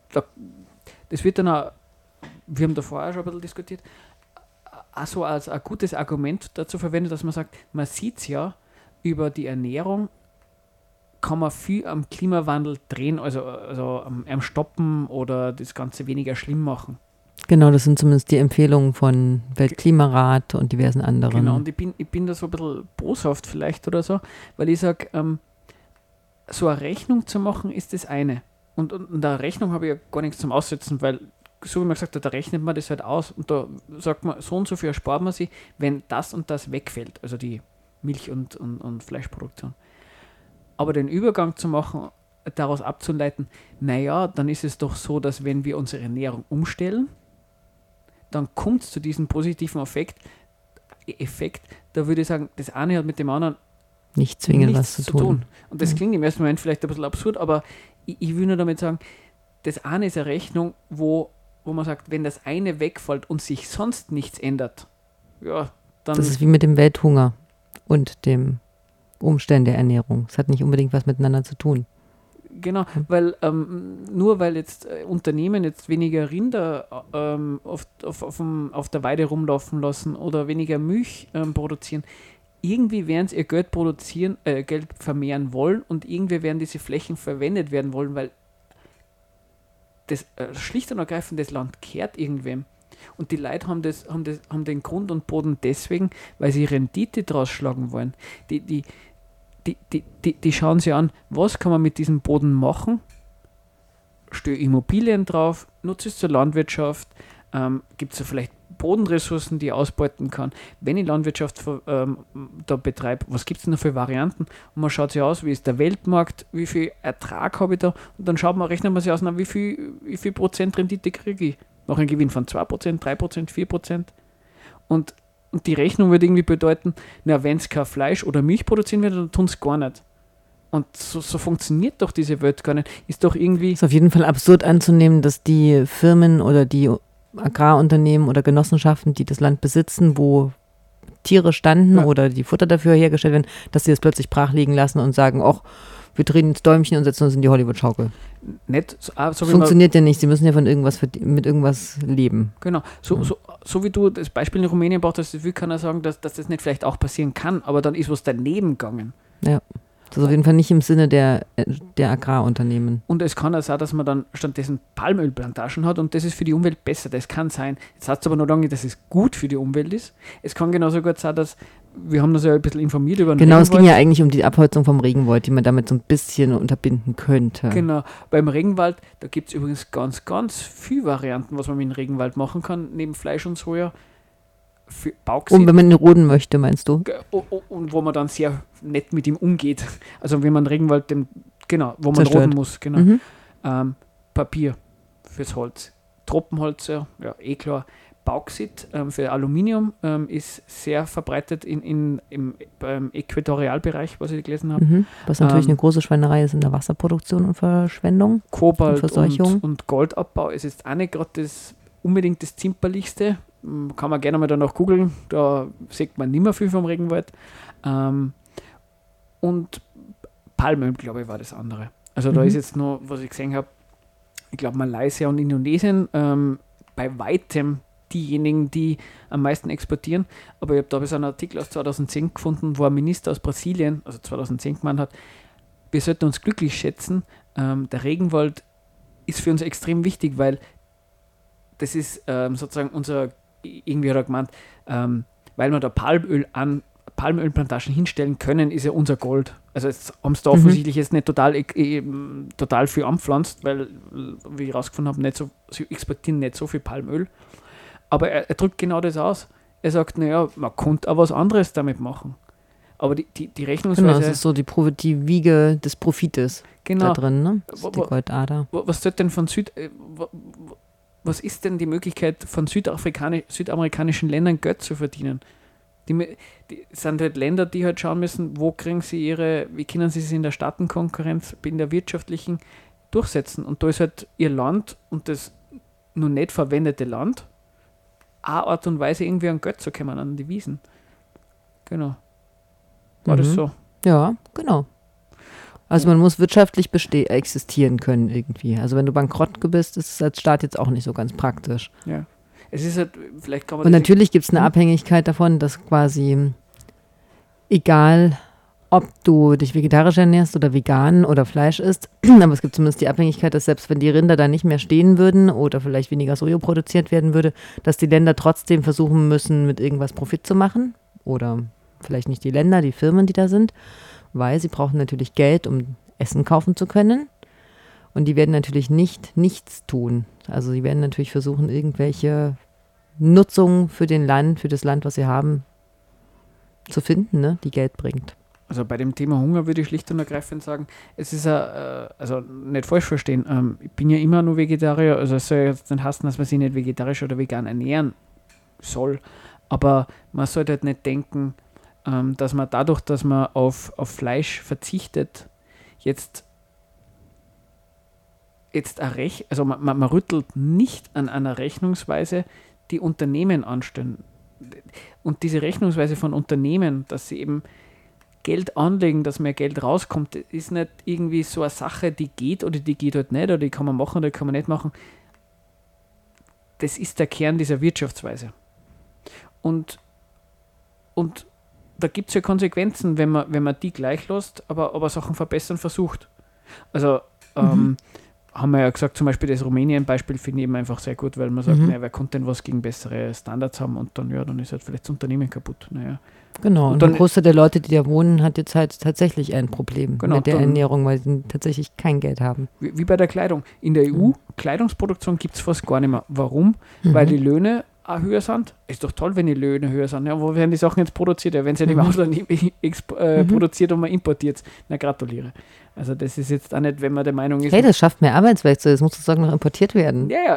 wird dann auch, wir haben da vorher auch schon ein bisschen diskutiert, auch so als ein gutes Argument dazu verwendet, dass man sagt, man sieht es ja, über die Ernährung kann man viel am Klimawandel drehen, also am Stoppen oder das Ganze weniger schlimm machen. Genau, das sind zumindest die Empfehlungen von Weltklimarat und diversen anderen. Genau, und ich bin da so ein bisschen boshaft vielleicht oder so, weil ich sage, so eine Rechnung zu machen ist das eine. Und der Rechnung habe ich ja gar nichts zum Aussetzen, weil, so wie man gesagt hat, da rechnet man das halt aus und da sagt man, so und so viel erspart man sich, wenn das und das wegfällt, also die Milch- und Fleischproduktion. Aber den Übergang zu machen, daraus abzuleiten, naja, dann ist es doch so, dass wenn wir unsere Ernährung umstellen, dann kommt es zu diesem positiven Effekt, da würde ich sagen, das eine hat mit dem anderen nicht zwingend was zu tun. Und das klingt im ersten Moment vielleicht ein bisschen absurd, aber ich will nur damit sagen, das eine ist eine Rechnung, wo man sagt, wenn das eine wegfällt und sich sonst nichts ändert, ja, dann... Das ist wie mit dem Welthunger und dem Umstellen der Ernährung. Es hat nicht unbedingt was miteinander zu tun. Genau, weil nur weil jetzt Unternehmen jetzt weniger Rinder auf der Weide rumlaufen lassen oder weniger Milch produzieren, irgendwie werden sie ihr Geld Geld vermehren wollen und irgendwie werden diese Flächen verwendet werden wollen, weil das schlicht und ergreifend das Land kehrt irgendwem. Und die Leute haben den Grund und Boden deswegen, weil sie Rendite draus schlagen wollen. Die schauen sich an, was kann man mit diesem Boden machen, störe Immobilien drauf, nutze es zur Landwirtschaft, gibt es ja vielleicht Bodenressourcen, die ich ausbeuten kann. Wenn ich Landwirtschaft da betreibe, was gibt es noch für Varianten? Und man schaut sich aus, wie ist der Weltmarkt, wie viel Ertrag habe ich da und dann rechnet man sich aus, wie viel Prozent Rendite kriege ich? Nach einem Gewinn von 2%, 3%, 4%. Und die Rechnung würde irgendwie bedeuten, wenn es kein Fleisch oder Milch produzieren wird, dann tun es gar nicht. Und so funktioniert doch diese Welt gar nicht. Ist doch irgendwie... Es ist auf jeden Fall absurd anzunehmen, dass die Firmen oder die Agrarunternehmen oder Genossenschaften, die das Land besitzen, wo Tiere standen oder die Futter dafür hergestellt werden, dass sie das plötzlich brach liegen lassen und sagen, ach, wir drehen ins Däumchen und setzen uns in die Hollywood-Schaukel. Das funktioniert ja nicht, sie müssen ja von mit irgendwas leben. Genau, so wie du das Beispiel in Rumänien brauchst, das will keiner sagen, dass das nicht vielleicht auch passieren kann, aber dann ist was daneben gegangen. Ja, das ist auf jeden Fall nicht im Sinne der Agrarunternehmen. Und es kann auch sein, dass man dann stattdessen Palmölplantagen hat und das ist für die Umwelt besser, das kann sein. Jetzt heißt es aber noch lange nicht, dass es gut für die Umwelt ist. Es kann genauso gut sein, dass wir haben das ja ein bisschen informiert über den Regenwald. Es ging ja eigentlich um die Abholzung vom Regenwald, die man damit so ein bisschen unterbinden könnte. Genau, beim Regenwald, da gibt es übrigens ganz, ganz viele Varianten, was man mit dem Regenwald machen kann, neben Fleisch und Soja. Für Bauxit. Und wenn man ihn roden möchte, meinst du? Und wo man dann sehr nett mit ihm umgeht. Also wenn man Regenwald, wo man zerstört. roden muss, genau. Papier fürs Holz. Tropenholz, ja, klar. Bauxit für Aluminium ist sehr verbreitet im Äquatorialbereich, was ich gelesen habe. Was natürlich eine große Schweinerei ist in der Wasserproduktion und Verschwendung. Kobalt und Goldabbau ist jetzt auch nicht gerade unbedingt das Zimperlichste. Kann man gerne mal danach googeln, da sieht man nicht mehr viel vom Regenwald. Und Palmöl, glaube ich, war das andere. Also da ist jetzt noch, was ich gesehen habe, ich glaube Malaysia und Indonesien bei weitem diejenigen, die am meisten exportieren. Aber ich habe da bis einen Artikel aus 2010 gefunden, wo ein Minister aus Brasilien, also 2010 gemeint hat, wir sollten uns glücklich schätzen, der Regenwald ist für uns extrem wichtig, weil das ist sozusagen irgendwie hat er gemeint, weil wir da Palmölplantagen hinstellen können, ist ja unser Gold. Also jetzt haben sie da offensichtlich jetzt nicht total viel anpflanzt, weil, wie ich rausgefunden habe, sie exportieren nicht so viel Palmöl. Aber er drückt genau das aus. Er sagt, naja, man könnte auch was anderes damit machen. Aber die Rechnungsweise... Genau, das ist so die Wiege des Profites da drin, ne? Das ist die Goldader. Was sollte denn was ist denn die Möglichkeit von südamerikanischen Ländern Geld zu verdienen? Die sind halt Länder, die halt schauen müssen, wie können sie sich in der Staatenkonkurrenz, in der wirtschaftlichen durchsetzen. Und da ist halt ihr Land und das noch nicht verwendete Land eine Art und Weise, irgendwie an Geld zu kommen, an die Wiesen. Genau. War das so? Ja, genau. Also man muss wirtschaftlich existieren können irgendwie. Also wenn du bankrott bist, ist es als Staat jetzt auch nicht so ganz praktisch. Ja. Es ist halt, vielleicht kann man und natürlich gibt es eine Abhängigkeit davon, dass quasi egal, ob du dich vegetarisch ernährst oder vegan oder Fleisch isst, aber es gibt zumindest die Abhängigkeit, dass selbst wenn die Rinder da nicht mehr stehen würden oder vielleicht weniger Soja produziert werden würde, dass die Länder trotzdem versuchen müssen, mit irgendwas Profit zu machen. Oder vielleicht nicht die Länder, die Firmen, die da sind, weil sie brauchen natürlich Geld, um Essen kaufen zu können. Und die werden natürlich nichts tun. Also sie werden natürlich versuchen, irgendwelche Nutzungen für das Land, was sie haben, zu finden, ne, die Geld bringt. Also bei dem Thema Hunger würde ich schlicht und ergreifend sagen, es ist also nicht falsch verstehen, ich bin ja immer nur Vegetarier, also es soll jetzt nicht heißen, dass man sich nicht vegetarisch oder vegan ernähren soll, aber man sollte halt nicht denken, dass man dadurch, dass man auf Fleisch verzichtet, jetzt also man rüttelt nicht an einer Rechnungsweise, die Unternehmen anstellen. Und diese Rechnungsweise von Unternehmen, dass sie eben Geld anlegen, dass mehr Geld rauskommt, ist nicht irgendwie so eine Sache, die geht oder die geht halt nicht oder die kann man machen oder die kann man nicht machen. Das ist der Kern dieser Wirtschaftsweise. Und da gibt es ja Konsequenzen, wenn man die gleich lässt, aber Sachen verbessern versucht. Also haben wir ja gesagt, zum Beispiel das Rumänien-Beispiel finde ich eben einfach sehr gut, weil man sagt, naja, wer konnte denn was gegen bessere Standards haben und dann ist halt vielleicht das Unternehmen kaputt. Naja. Genau, und ein Großteil der Leute, die da wohnen, hat jetzt halt tatsächlich ein Problem mit der Ernährung, weil sie tatsächlich kein Geld haben. Wie bei der Kleidung. In der EU, Kleidungsproduktion gibt es fast gar nicht mehr. Warum? Weil die Löhne auch höher sind. Ist doch toll, wenn die Löhne höher sind. Ja, wo werden die Sachen jetzt produziert? Ja, wenn sie nicht im Ausland produziert und man importiert es. Na, gratuliere. Also das ist jetzt auch nicht, wenn man der Meinung ist... Hey, das schafft mehr Arbeitsplätze, das muss sozusagen noch importiert werden. Ja,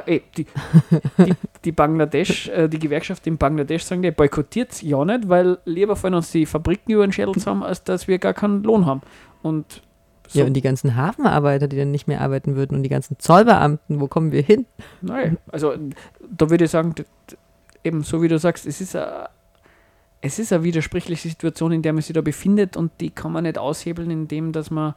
die Bangladesch, die Gewerkschaft in Bangladesch sagen, die boykottiert es ja nicht, weil lieber fallen uns die Fabriken über den Schädel zusammen, als dass wir gar keinen Lohn haben. Und so. Ja, und die ganzen Hafenarbeiter, die dann nicht mehr arbeiten würden und die ganzen Zollbeamten, wo kommen wir hin? Nein, also da würde ich sagen, eben so wie du sagst, es ist eine widersprüchliche Situation, in der man sich da befindet und die kann man nicht aushebeln, indem dass man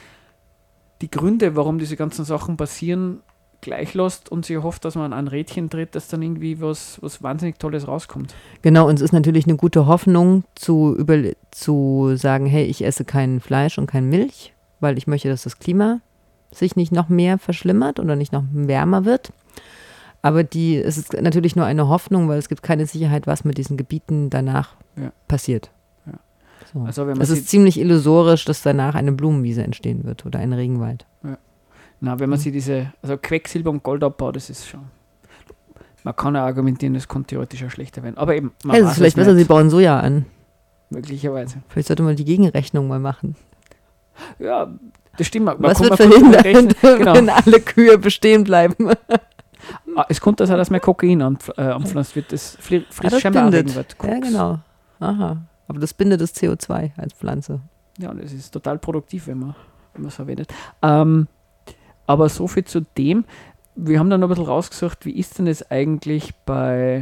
die Gründe, warum diese ganzen Sachen passieren, gleich lässt und sich hofft, dass man an ein Rädchen dreht, dass dann irgendwie was wahnsinnig Tolles rauskommt. Genau, und es ist natürlich eine gute Hoffnung zu sagen, hey, ich esse kein Fleisch und keine Milch, weil ich möchte, dass das Klima sich nicht noch mehr verschlimmert oder nicht noch wärmer wird. Aber es ist natürlich nur eine Hoffnung, weil es gibt keine Sicherheit, was mit diesen Gebieten danach passiert. Ja. So. Also wenn man es ist ziemlich illusorisch, dass danach eine Blumenwiese entstehen wird oder ein Regenwald. Ja. Na, wenn man sich also Quecksilber- und Goldabbau, das ist schon... Man kann ja argumentieren, das kann theoretisch auch schlechter werden. Aber eben... Es ist vielleicht besser, sie bauen Soja an. Möglicherweise. Vielleicht sollte man die Gegenrechnung mal machen. Ja, das stimmt. Was wird verhindert, wenn alle Kühe bestehen bleiben? Es kommt also, dass man Kokain anpflanzt wird, das scheinbar anregen wird. Ja, genau. Aha. Aber das bindet das CO2 als Pflanze. Ja, und es ist total produktiv, wenn man es verwendet. Aber so viel zu dem. Wir haben dann noch ein bisschen rausgesucht, wie ist denn das eigentlich bei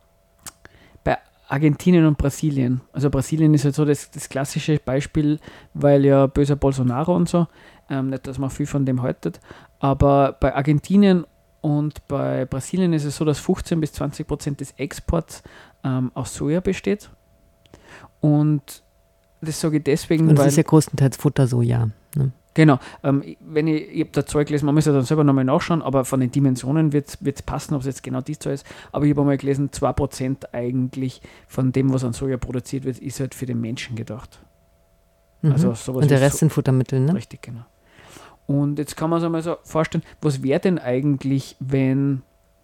Argentinien und Brasilien? Also Brasilien ist halt so das klassische Beispiel, weil ja böser Bolsonaro und so, nicht, dass man viel von dem haltet, aber bei Argentinien und bei Brasilien ist es so, dass 15-20% des Exports aus Soja besteht. Und das sage ich deswegen, und das ist ja größtenteils Futtersoja. Ne? Genau. Ich habe da Zeug gelesen, man muss ja dann selber nochmal nachschauen, aber von den Dimensionen wird es passen, ob es jetzt genau die Zahl ist. Aber ich habe einmal gelesen, 2% eigentlich von dem, was an Soja produziert wird, ist halt für den Menschen gedacht. Also sowas und der Rest sind Futtermittel, ne? Richtig, genau. Und jetzt kann man sich einmal so vorstellen, was wäre denn eigentlich, wenn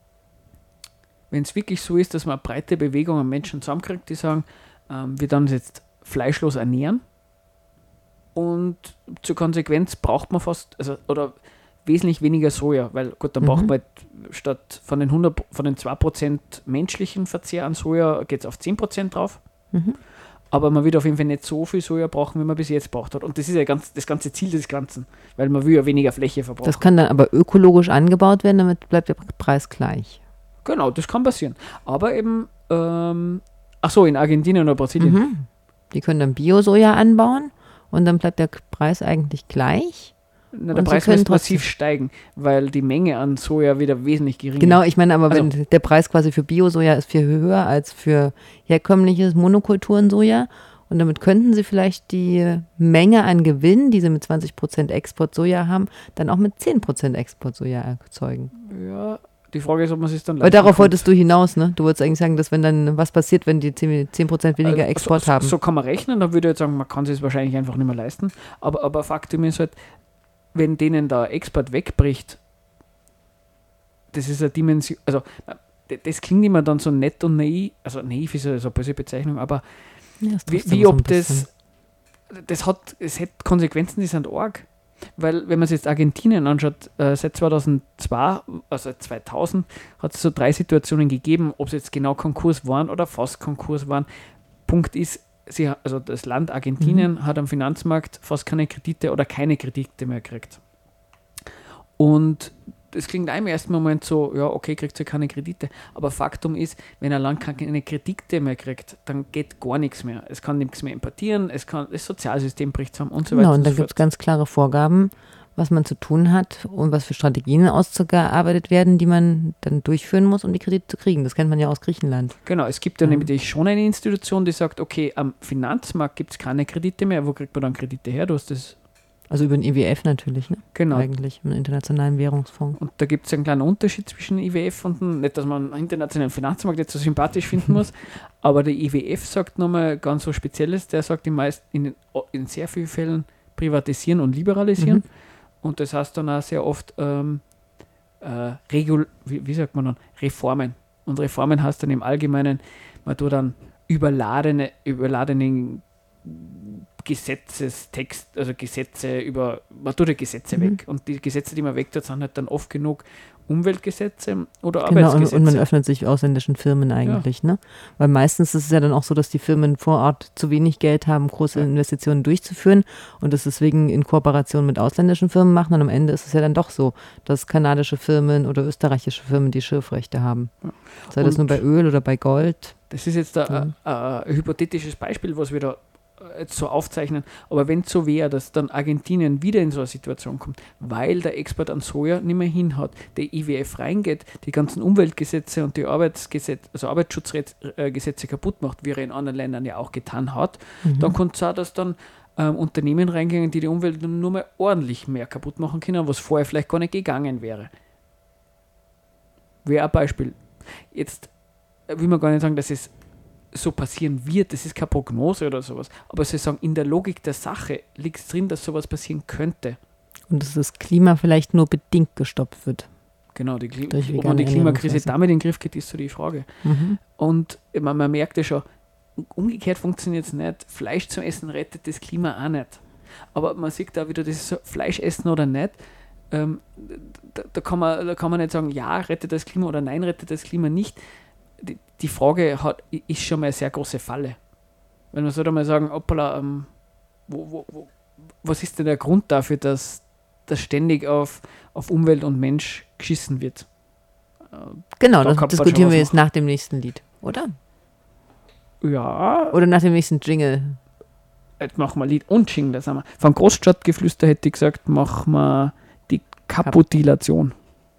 es wirklich so ist, dass man eine breite Bewegung an Menschen zusammenkriegt, die sagen, wir dann uns jetzt fleischlos ernähren und zur Konsequenz braucht man oder wesentlich weniger Soja, weil gut, dann braucht man halt statt von den 2% menschlichen Verzehr an Soja geht es auf 10% drauf. Aber man wird auf jeden Fall nicht so viel Soja brauchen, wie man bis jetzt braucht hat. Und das ist ja das ganze Ziel des Ganzen, weil man will ja weniger Fläche verbrauchen. Das kann dann aber ökologisch angebaut werden, damit bleibt der Preis gleich. Genau, das kann passieren. Aber eben, in Argentinien oder Brasilien. Die können dann Bio-Soja anbauen und dann bleibt der Preis eigentlich gleich. Na, der Preis muss massiv steigen, weil die Menge an Soja wieder wesentlich geringer ist. Genau, ich meine aber, wenn der Preis quasi für Bio-Soja ist viel höher als für herkömmliches Monokulturen-Soja und damit könnten sie vielleicht die Menge an Gewinn, die sie mit 20% Export-Soja haben, dann auch mit 10% Export-Soja erzeugen. Ja, die Frage ist, ob man es dann leisten kann. Weil darauf wolltest du hinaus, ne? Du wolltest eigentlich sagen, dass wenn dann was passiert, wenn die 10% weniger Export haben. So kann man rechnen, dann würde ich jetzt sagen, man kann es wahrscheinlich einfach nicht mehr leisten. Aber Faktum ist halt, wenn denen der Export wegbricht, das ist eine Dimension, also das klingt immer dann so nett und naiv, also naiv ist ja so eine böse Bezeichnung, aber wie ob es hätte Konsequenzen, die sind arg. Weil, wenn man sich jetzt Argentinien anschaut, seit 2002, also 2000, hat es so 3 Situationen gegeben, ob sie jetzt genau Konkurs waren oder fast Konkurs waren. Punkt ist, also das Land Argentinien hat am Finanzmarkt fast keine Kredite oder keine Kredite mehr gekriegt. Und das klingt im ersten Moment so, ja, okay, kriegt sie keine Kredite. Aber Faktum ist, wenn ein Land keine Kredite mehr kriegt, dann geht gar nichts mehr. Es kann nichts mehr importieren, das Sozialsystem bricht zusammen und so weiter. Genau, und da gibt es ganz klare Vorgaben, was man zu tun hat und was für Strategien ausgearbeitet werden, die man dann durchführen muss, um die Kredite zu kriegen. Das kennt man ja aus Griechenland. Genau, es gibt ja nämlich schon eine Institution, die sagt, okay, am Finanzmarkt gibt es keine Kredite mehr. Wo kriegt man dann Kredite her? Du hast das. Also über den IWF natürlich, ne? Genau. Eigentlich, im Internationalen Währungsfonds. Und da gibt es einen kleinen Unterschied zwischen IWF und nicht, dass man einen internationalen Finanzmarkt jetzt so sympathisch finden muss, aber der IWF sagt nochmal ganz was Spezielles, der sagt in sehr vielen Fällen privatisieren und liberalisieren und das heißt dann auch sehr oft wie sagt man dann? Reformen. Und Reformen heißt dann im Allgemeinen, man tut dann überladenen Gesetzestext, also Gesetze man tut die Gesetze weg. Und die Gesetze, die man weg tut, sind halt dann oft genug Umweltgesetze oder Arbeitsgesetze. Und man öffnet sich ausländischen Firmen eigentlich, ne? Weil meistens ist es ja dann auch so, dass die Firmen vor Ort zu wenig Geld haben, große Investitionen durchzuführen und das deswegen in Kooperation mit ausländischen Firmen machen und am Ende ist es ja dann doch so, dass kanadische Firmen oder österreichische Firmen die Schürfrechte haben. Ja. Sei das nur bei Öl oder bei Gold. Das ist jetzt ein hypothetisches Beispiel, was wir da jetzt so aufzeichnen, aber wenn es so wäre, dass dann Argentinien wieder in so eine Situation kommt, weil der Export an Soja nicht mehr hinhaut, der IWF reingeht, die ganzen Umweltgesetze und die Arbeitsschutzgesetze kaputt macht, wie er in anderen Ländern ja auch getan hat, dann kommt es auch, dass dann Unternehmen reingehen, die Umwelt nur mal ordentlich mehr kaputt machen können, was vorher vielleicht gar nicht gegangen wäre. Wäre ein Beispiel. Jetzt will man gar nicht sagen, dass es so passieren wird, das ist keine Prognose oder sowas, aber sie sagen, in der Logik der Sache liegt es drin, dass sowas passieren könnte. Und dass das Klima vielleicht nur bedingt gestoppt wird. Genau, ob man die Klimakrise damit in den Griff geht, ist so die Frage. Und man merkt ja schon, umgekehrt funktioniert es nicht, Fleisch zum Essen rettet das Klima auch nicht. Aber man sieht da wieder, das ist so, Fleisch essen oder nicht, da kann man nicht sagen, ja, rettet das Klima oder nein, rettet das Klima nicht. Die Frage ist schon mal eine sehr große Falle. Wenn man so einmal sagen, hoppala, was ist denn der Grund dafür, dass ständig auf Umwelt und Mensch geschissen wird? Genau, das diskutieren wir jetzt nach dem nächsten Lied, oder? Ja. Oder nach dem nächsten Jingle. Jetzt machen wir Lied und Jingle, das haben wir. Von Großstadtgeflüster hätte ich gesagt, machen wir die Kapitulation.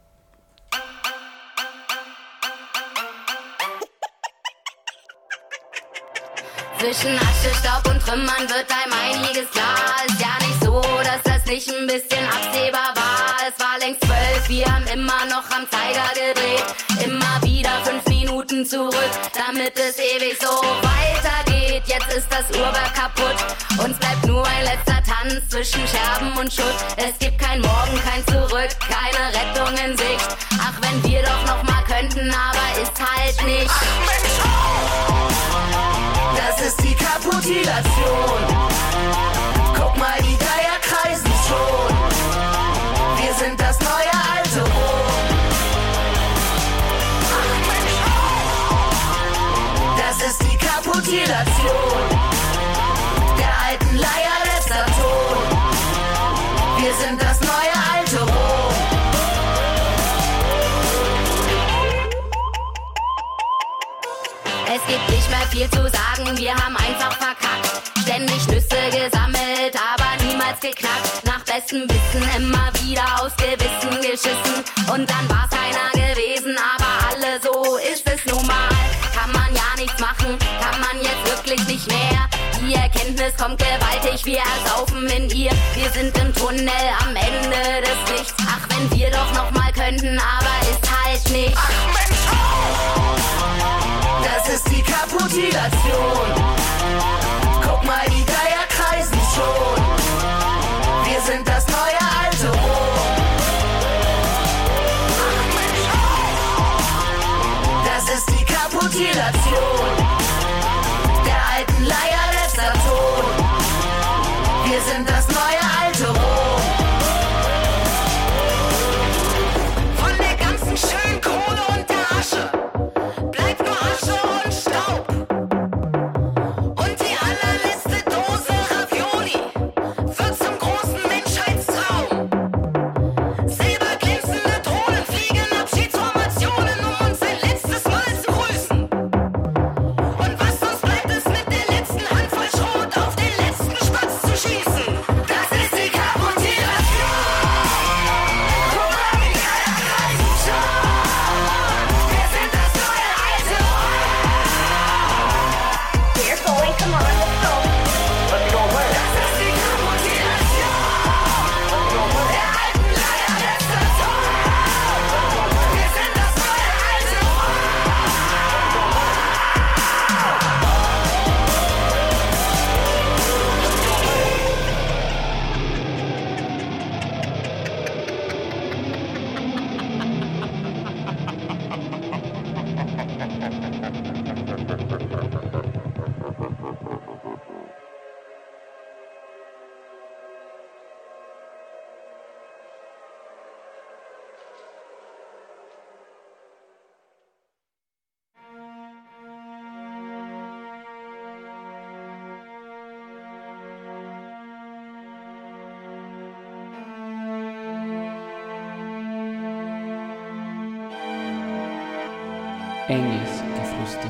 Zwischen Asche, Staub und Trümmern wird einem einiges klar. Ist ja nicht so, dass das nicht ein bisschen absehbar war. Es war längst 12, wir haben immer noch am Zeiger gedreht. Immer wieder 5 Minuten zurück, damit es ewig so weitergeht. Jetzt ist das Uhrwerk kaputt, uns bleibt nur ein letzter Tanz zwischen Scherben und Schutt. Es gibt kein Morgen, kein Zurück, keine Rettung in Sicht. Ach, wenn wir doch noch mal könnten, aber ist halt nicht. Ach Mensch, das ist die Kapitulation. Guck mal, die Geier kreisen schon. Wir sind das neue alte Rom. Ach Mensch, das ist die Kapitulation. Der alten Leier letzter Ton. Wir sind das neue alte Rom. Es gibt nicht mehr viel zu sagen, wir haben einfach verkackt. Ständig Nüsse gesammelt, aber niemals geknackt. Nach bestem Wissen immer wieder aus Gewissen geschissen. Und dann war's keiner gewesen, aber alle, so ist es nun mal. Kann man ja nichts machen, kann man jetzt wirklich nicht mehr. Die Erkenntnis kommt gewaltig, wir ersaufen in ihr. Wir sind im Tunnel am Ende des Lichts. Ach, wenn wir doch noch mal könnten, aber ist halt nicht. Ach Mensch, das ist die Kapitulation. Guck mal, die Geier kreisen schon. Wir sind das neue alte Mutilation der alten Leier letzter Ton. Wir sind das neue alte Rom. Von der ganzen schönen Kohle und der Asche bleibt nur Asche und Staub. Und die allerletzte Dose Ravioli wird zum großen Menschheitstraum. Silberglänzende Drohnen fliegen Abschiedsformationen, um uns ein letztes Mal zu grüßen. Und was uns bleibt, ist mit der letzten Handvoll Schrot auf den letzten Spatz zu schießen. Das ist die Kaputulation. Wir sind das neue alte We're going, come on, let's go. Let's go where? Das ist die Kaputulation der alten Leier letzter Ton. Wir sind das neue alte Engelsgeflüster.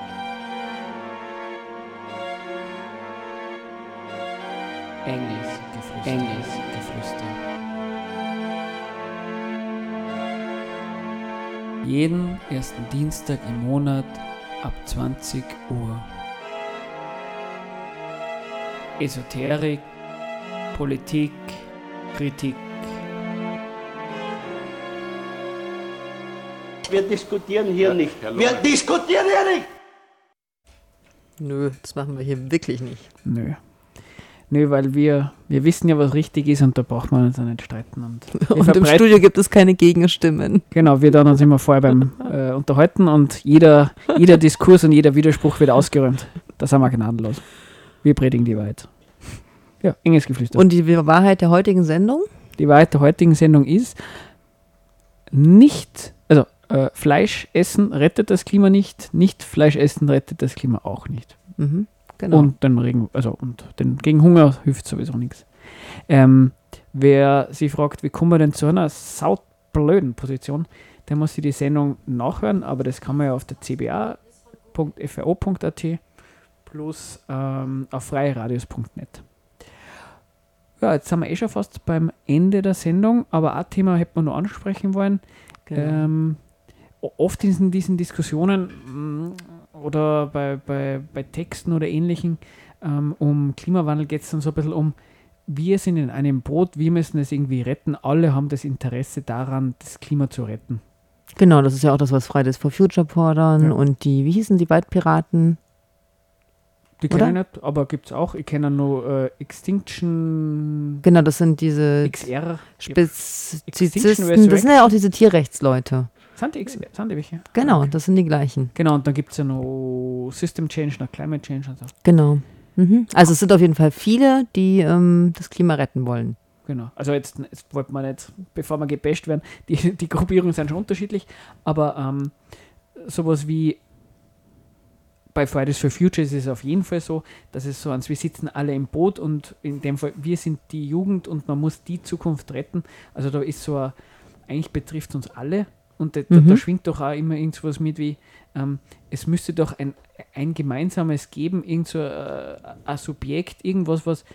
Engelsgeflüster. Engelsgeflüster. Jeden ersten Dienstag im Monat ab 20 Uhr. Esoterik, Politik, Kritik. Wir diskutieren hier nicht. Wir diskutieren hier nicht! Nö, das machen wir hier wirklich nicht. Nö. Nö, weil wir wissen ja, was richtig ist und da braucht man uns auch nicht streiten. Und im Studio gibt es keine Gegenstimmen. Genau, wir dann uns immer vorher beim Unterhalten und jeder Diskurs und jeder Widerspruch wird ausgeräumt. Da sind wir gnadenlos. Wir predigen die Wahrheit. Ja, Engelsgeflüster. Und die Wahrheit der heutigen Sendung? Die Wahrheit der heutigen Sendung ist nicht, also Fleisch essen rettet das Klima nicht Fleisch essen rettet das Klima auch nicht. Mhm, genau. Und gegen Hunger hilft sowieso nichts. Wer sich fragt, wie kommen wir denn zu einer saublöden Position, der muss sich die Sendung nachhören, aber das kann man ja auf der cba.fro.at plus auf freieradios.net. Ja, jetzt sind wir schon fast beim Ende der Sendung, aber ein Thema hätte man noch ansprechen wollen. Genau. Oft in diesen Diskussionen oder bei Texten oder Ähnlichem um Klimawandel geht es dann so ein bisschen um, wir sind in einem Boot, wir müssen es irgendwie retten, alle haben das Interesse daran, das Klima zu retten. Genau, das ist ja auch das, was Fridays for Future fordern und die, wie hießen die Waldpiraten? Die kenne ich nicht, aber gibt es auch. Ich kenne nur Extinction. Genau, das sind diese XR. Spezizisten. Das sind ja auch diese Tierrechtsleute. Sind die welche? Genau, okay. Das sind die gleichen. Genau, und dann gibt es ja noch System Change, noch Climate Change und so. Genau. Mhm. Also es sind auf jeden Fall viele, die das Klima retten wollen. Genau. Also jetzt wollte man nicht, bevor wir gebasht werden, die Gruppierungen sind schon unterschiedlich, aber sowas wie bei Fridays for Future ist es auf jeden Fall so, dass es so ans, wir sitzen alle im Boot und in dem Fall, wir sind die Jugend und man muss die Zukunft retten. Also da ist so eigentlich betrifft es uns alle und da schwingt doch auch immer irgendwas mit wie, es müsste doch ein gemeinsames geben, irgend so ein Subjekt, irgendwas, was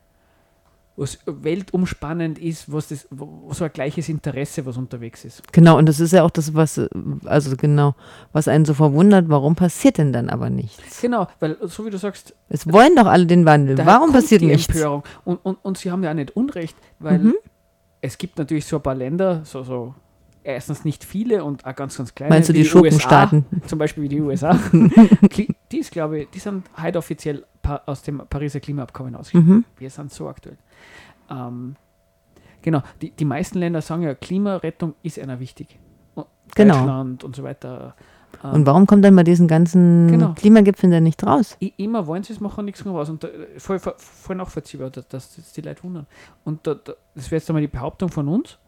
weltumspannend ist, was so ein gleiches Interesse, was unterwegs ist. Genau, und das ist ja auch das, was einen so verwundert, warum passiert denn dann aber nichts? Genau, weil, so wie du sagst, es wollen doch alle den Wandel, warum passiert nichts? Empörung. Und sie haben ja auch nicht Unrecht, weil es gibt natürlich so ein paar Länder, so erstens nicht viele und auch ganz, ganz kleine. Meinst du die Schurkenstaaten? Zum Beispiel wie die USA. Die sind heute offiziell aus dem Pariser Klimaabkommen ausgeschlossen. Wir sind so aktuell. Genau, die meisten Länder sagen ja, Klimarettung ist einer wichtig. Genau. Deutschland und so weiter. Und warum kommt dann bei diesen ganzen Klimagipfeln denn nicht raus? Immer wollen sie es machen, nichts mehr raus. Und voll nachvollziehbar, dass das die Leute wundern. Und das wäre jetzt einmal die Behauptung von uns.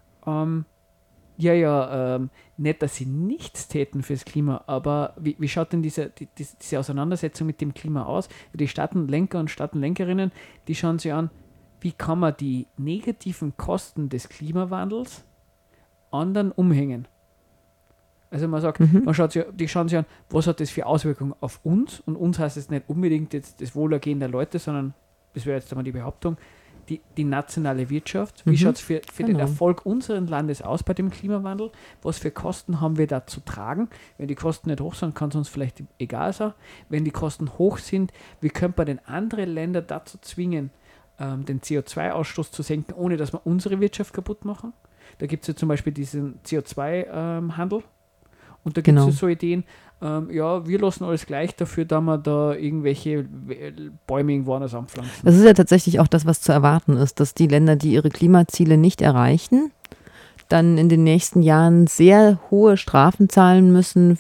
Nicht, dass sie nichts täten fürs Klima, aber wie schaut denn diese Auseinandersetzung mit dem Klima aus? Die Staatenlenker und Staatenlenkerinnen, die schauen sich an, wie kann man die negativen Kosten des Klimawandels anderen umhängen. Also man sagt, die schauen sich an, was hat das für Auswirkungen auf uns? Und uns heißt es nicht unbedingt jetzt das Wohlergehen der Leute, sondern, das wäre jetzt einmal die Behauptung, die nationale Wirtschaft. Wie schaut es für den Erfolg unseres Landes aus bei dem Klimawandel? Was für Kosten haben wir da zu tragen? Wenn die Kosten nicht hoch sind, kann es uns vielleicht egal sein. Wenn die Kosten hoch sind, wie könnte man denn andere Länder dazu zwingen, den CO2-Ausstoß zu senken, ohne dass wir unsere Wirtschaft kaputt machen? Da gibt es ja zum Beispiel diesen CO2-Handel. Und da gibt es so Ideen, wir lassen alles gleich dafür, da wir da irgendwelche Bäume irgendwo anders anpflanzen. Das ist ja tatsächlich auch das, was zu erwarten ist, dass die Länder, die ihre Klimaziele nicht erreichen, dann in den nächsten Jahren sehr hohe Strafen zahlen müssen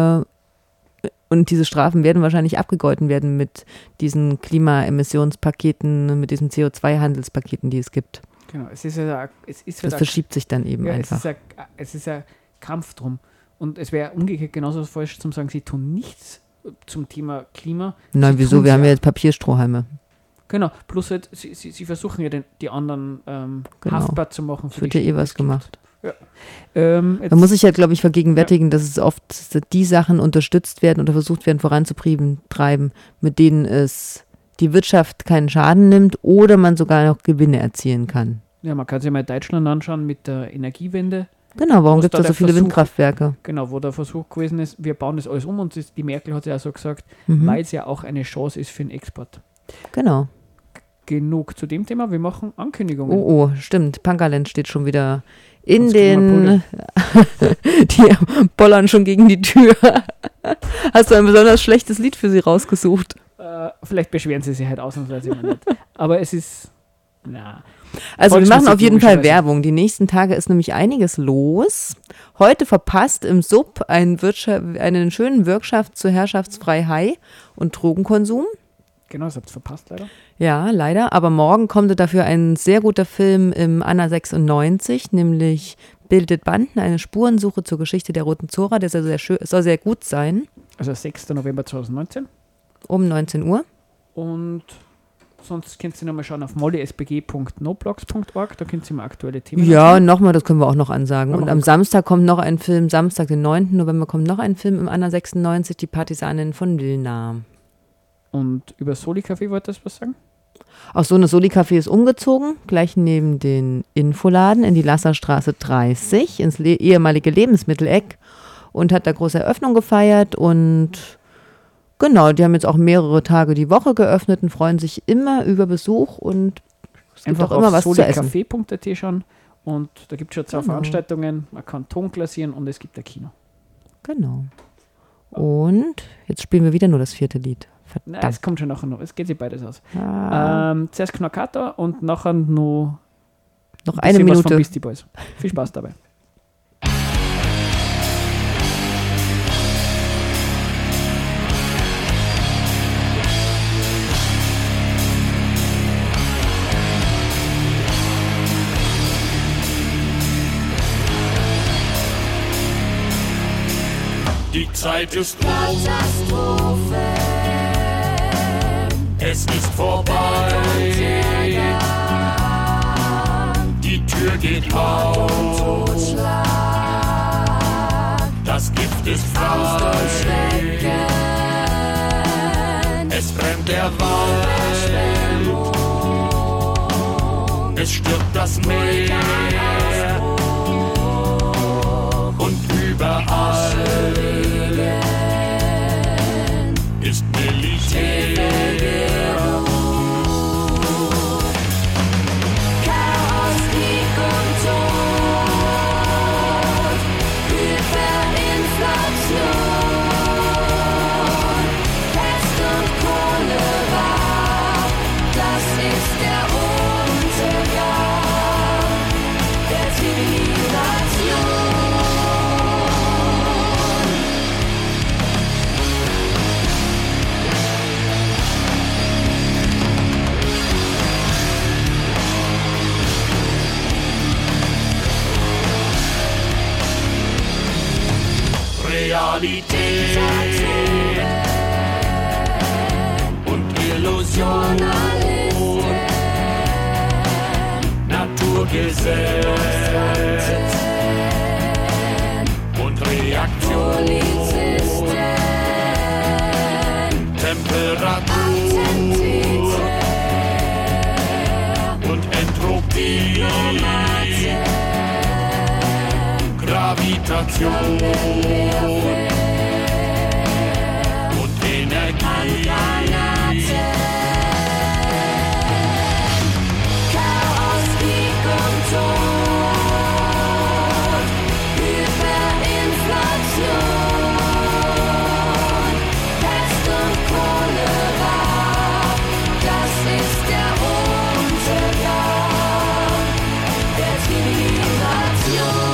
und diese Strafen werden wahrscheinlich abgegolten werden mit diesen Klimaemissionspaketen, mit diesen CO2-Handelspaketen, die es gibt. Genau, das verschiebt sich dann eben einfach. Es ist ein Kampf drum. Und es wäre umgekehrt genauso falsch zu sagen, sie tun nichts zum Thema Klima. Nein, wieso? Wir haben ja jetzt Papierstrohhalme. Genau, plus halt, sie versuchen ja die anderen haftbar zu machen. Es wird ja was gemacht. Ja. Man muss sich ja, glaube ich, vergegenwärtigen, dass es oft die Sachen unterstützt werden oder versucht werden voranzutreiben, mit denen es die Wirtschaft keinen Schaden nimmt oder man sogar noch Gewinne erzielen kann. Ja, man kann sich mal Deutschland anschauen mit der Energiewende. Genau, warum gibt es da so viele Windkraftwerke? Genau, wo der Versuch gewesen ist, wir bauen das alles um und die Merkel hat ja auch so gesagt, weil es ja auch eine Chance ist für den Export. Genau. Genug zu dem Thema, wir machen Ankündigungen. Oh, stimmt, Punkerland steht schon wieder in den... Die bollern schon gegen die Tür. Hast du ein besonders schlechtes Lied für sie rausgesucht? Vielleicht beschweren sie sich halt ausnahmsweise immer nicht. Aber es ist... Also wir machen auf jeden Fall Werbung. Die nächsten Tage ist nämlich einiges los. Heute verpasst im Sub einen schönen Workshop zur Herrschaftsfreiheit und Drogenkonsum. Genau, das habt ihr verpasst leider. Ja, leider. Aber morgen kommt dafür ein sehr guter Film im Anna 96, nämlich Bildet Banden, eine Spurensuche zur Geschichte der Roten Zora. Der soll sehr gut sein. Also 6. November 2019. Um 19 Uhr. Und sonst könnt ihr nochmal schauen auf mollysbg.noblogs.org, da könnt ihr mal aktuelle Themen Ja, nochmal, das können wir auch noch ansagen. Und am Samstag kommt noch ein Film, Samstag, den 9. November, kommt noch ein Film im Anna 96, die Partisanin von Wilna. Und über Soli-Café wolltest du was sagen? Ach so, eine Soli-Café ist umgezogen, gleich neben den Infoladen in die Lasserstraße 30, ins ehemalige Lebensmitteleck und hat da große Eröffnung gefeiert und genau, die haben jetzt auch mehrere Tage die Woche geöffnet und freuen sich immer über Besuch und es gibt einfach auch immer was zu essen. solicafé.at schauen und da gibt es schon 2 Veranstaltungen, man kann Ton glasieren und es gibt ein Kino. Genau. Und jetzt spielen wir wieder nur das 4. Lied. Nein, es kommt schon nachher noch, es geht sich beides aus. Zuerst Knackata und nachher noch eine Minute. Was von Beastie Boys. Viel Spaß dabei. Die Zeit ist Katastrophe. Es ist vorbei. Die Tür geht auf. Das Gift ist frei. Es brennt der Wald. Es stirbt das Meer. Und überall ist Militär. Chaos, Krieg und Tod, Hyperinflation, Pest und Cholera, das ist der Untergang. Realität und Illusion, Naturgesetz und Reaktion, Temperatur und Entropie, Gravitation und Energie. Chaos, Krieg und Tod, Hyperinflation, Pest und Cholera, das ist der Untergang der Zivilisation.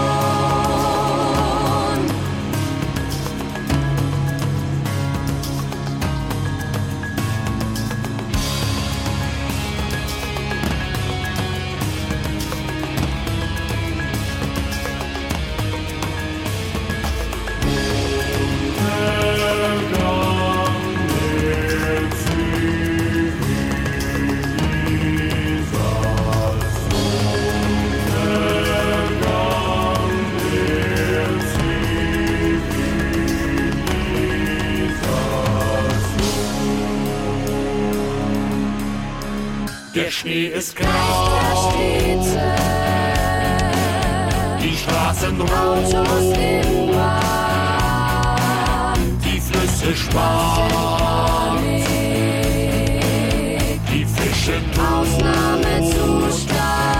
Der Schnee ist grau, die Straßen rot, die Flüsse schwarz, die Fische tot. Ausnahmezustand.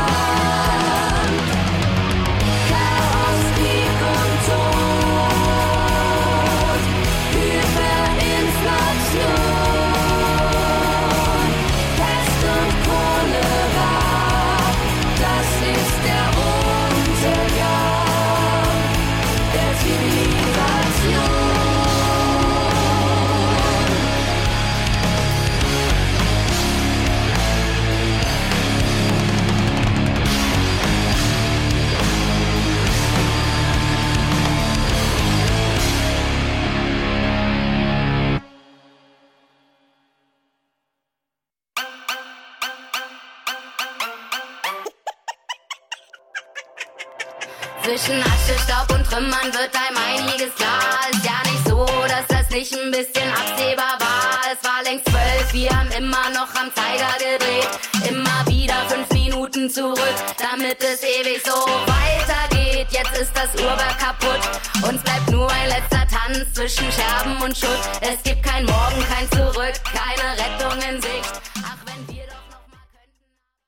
Chaos, Krieg und Tod, Hyperinflation, Pest und Cholera, das ist der Untergang der Zivilisation. Zwischen Asche, Staub und Trümmern wird einem einiges klar. Ist ja nicht so, dass das nicht ein bisschen absehbar war. Es war längst 12, wir haben immer noch am Zeiger gedreht. Immer wieder 5 Minuten zurück, damit es ewig so weitergeht. Jetzt ist das Uhrwerk kaputt, uns bleibt nur ein letzter Tanz zwischen Scherben und Schutt. Es gibt kein Morgen, kein Zurück, keine Rettung in Sicht.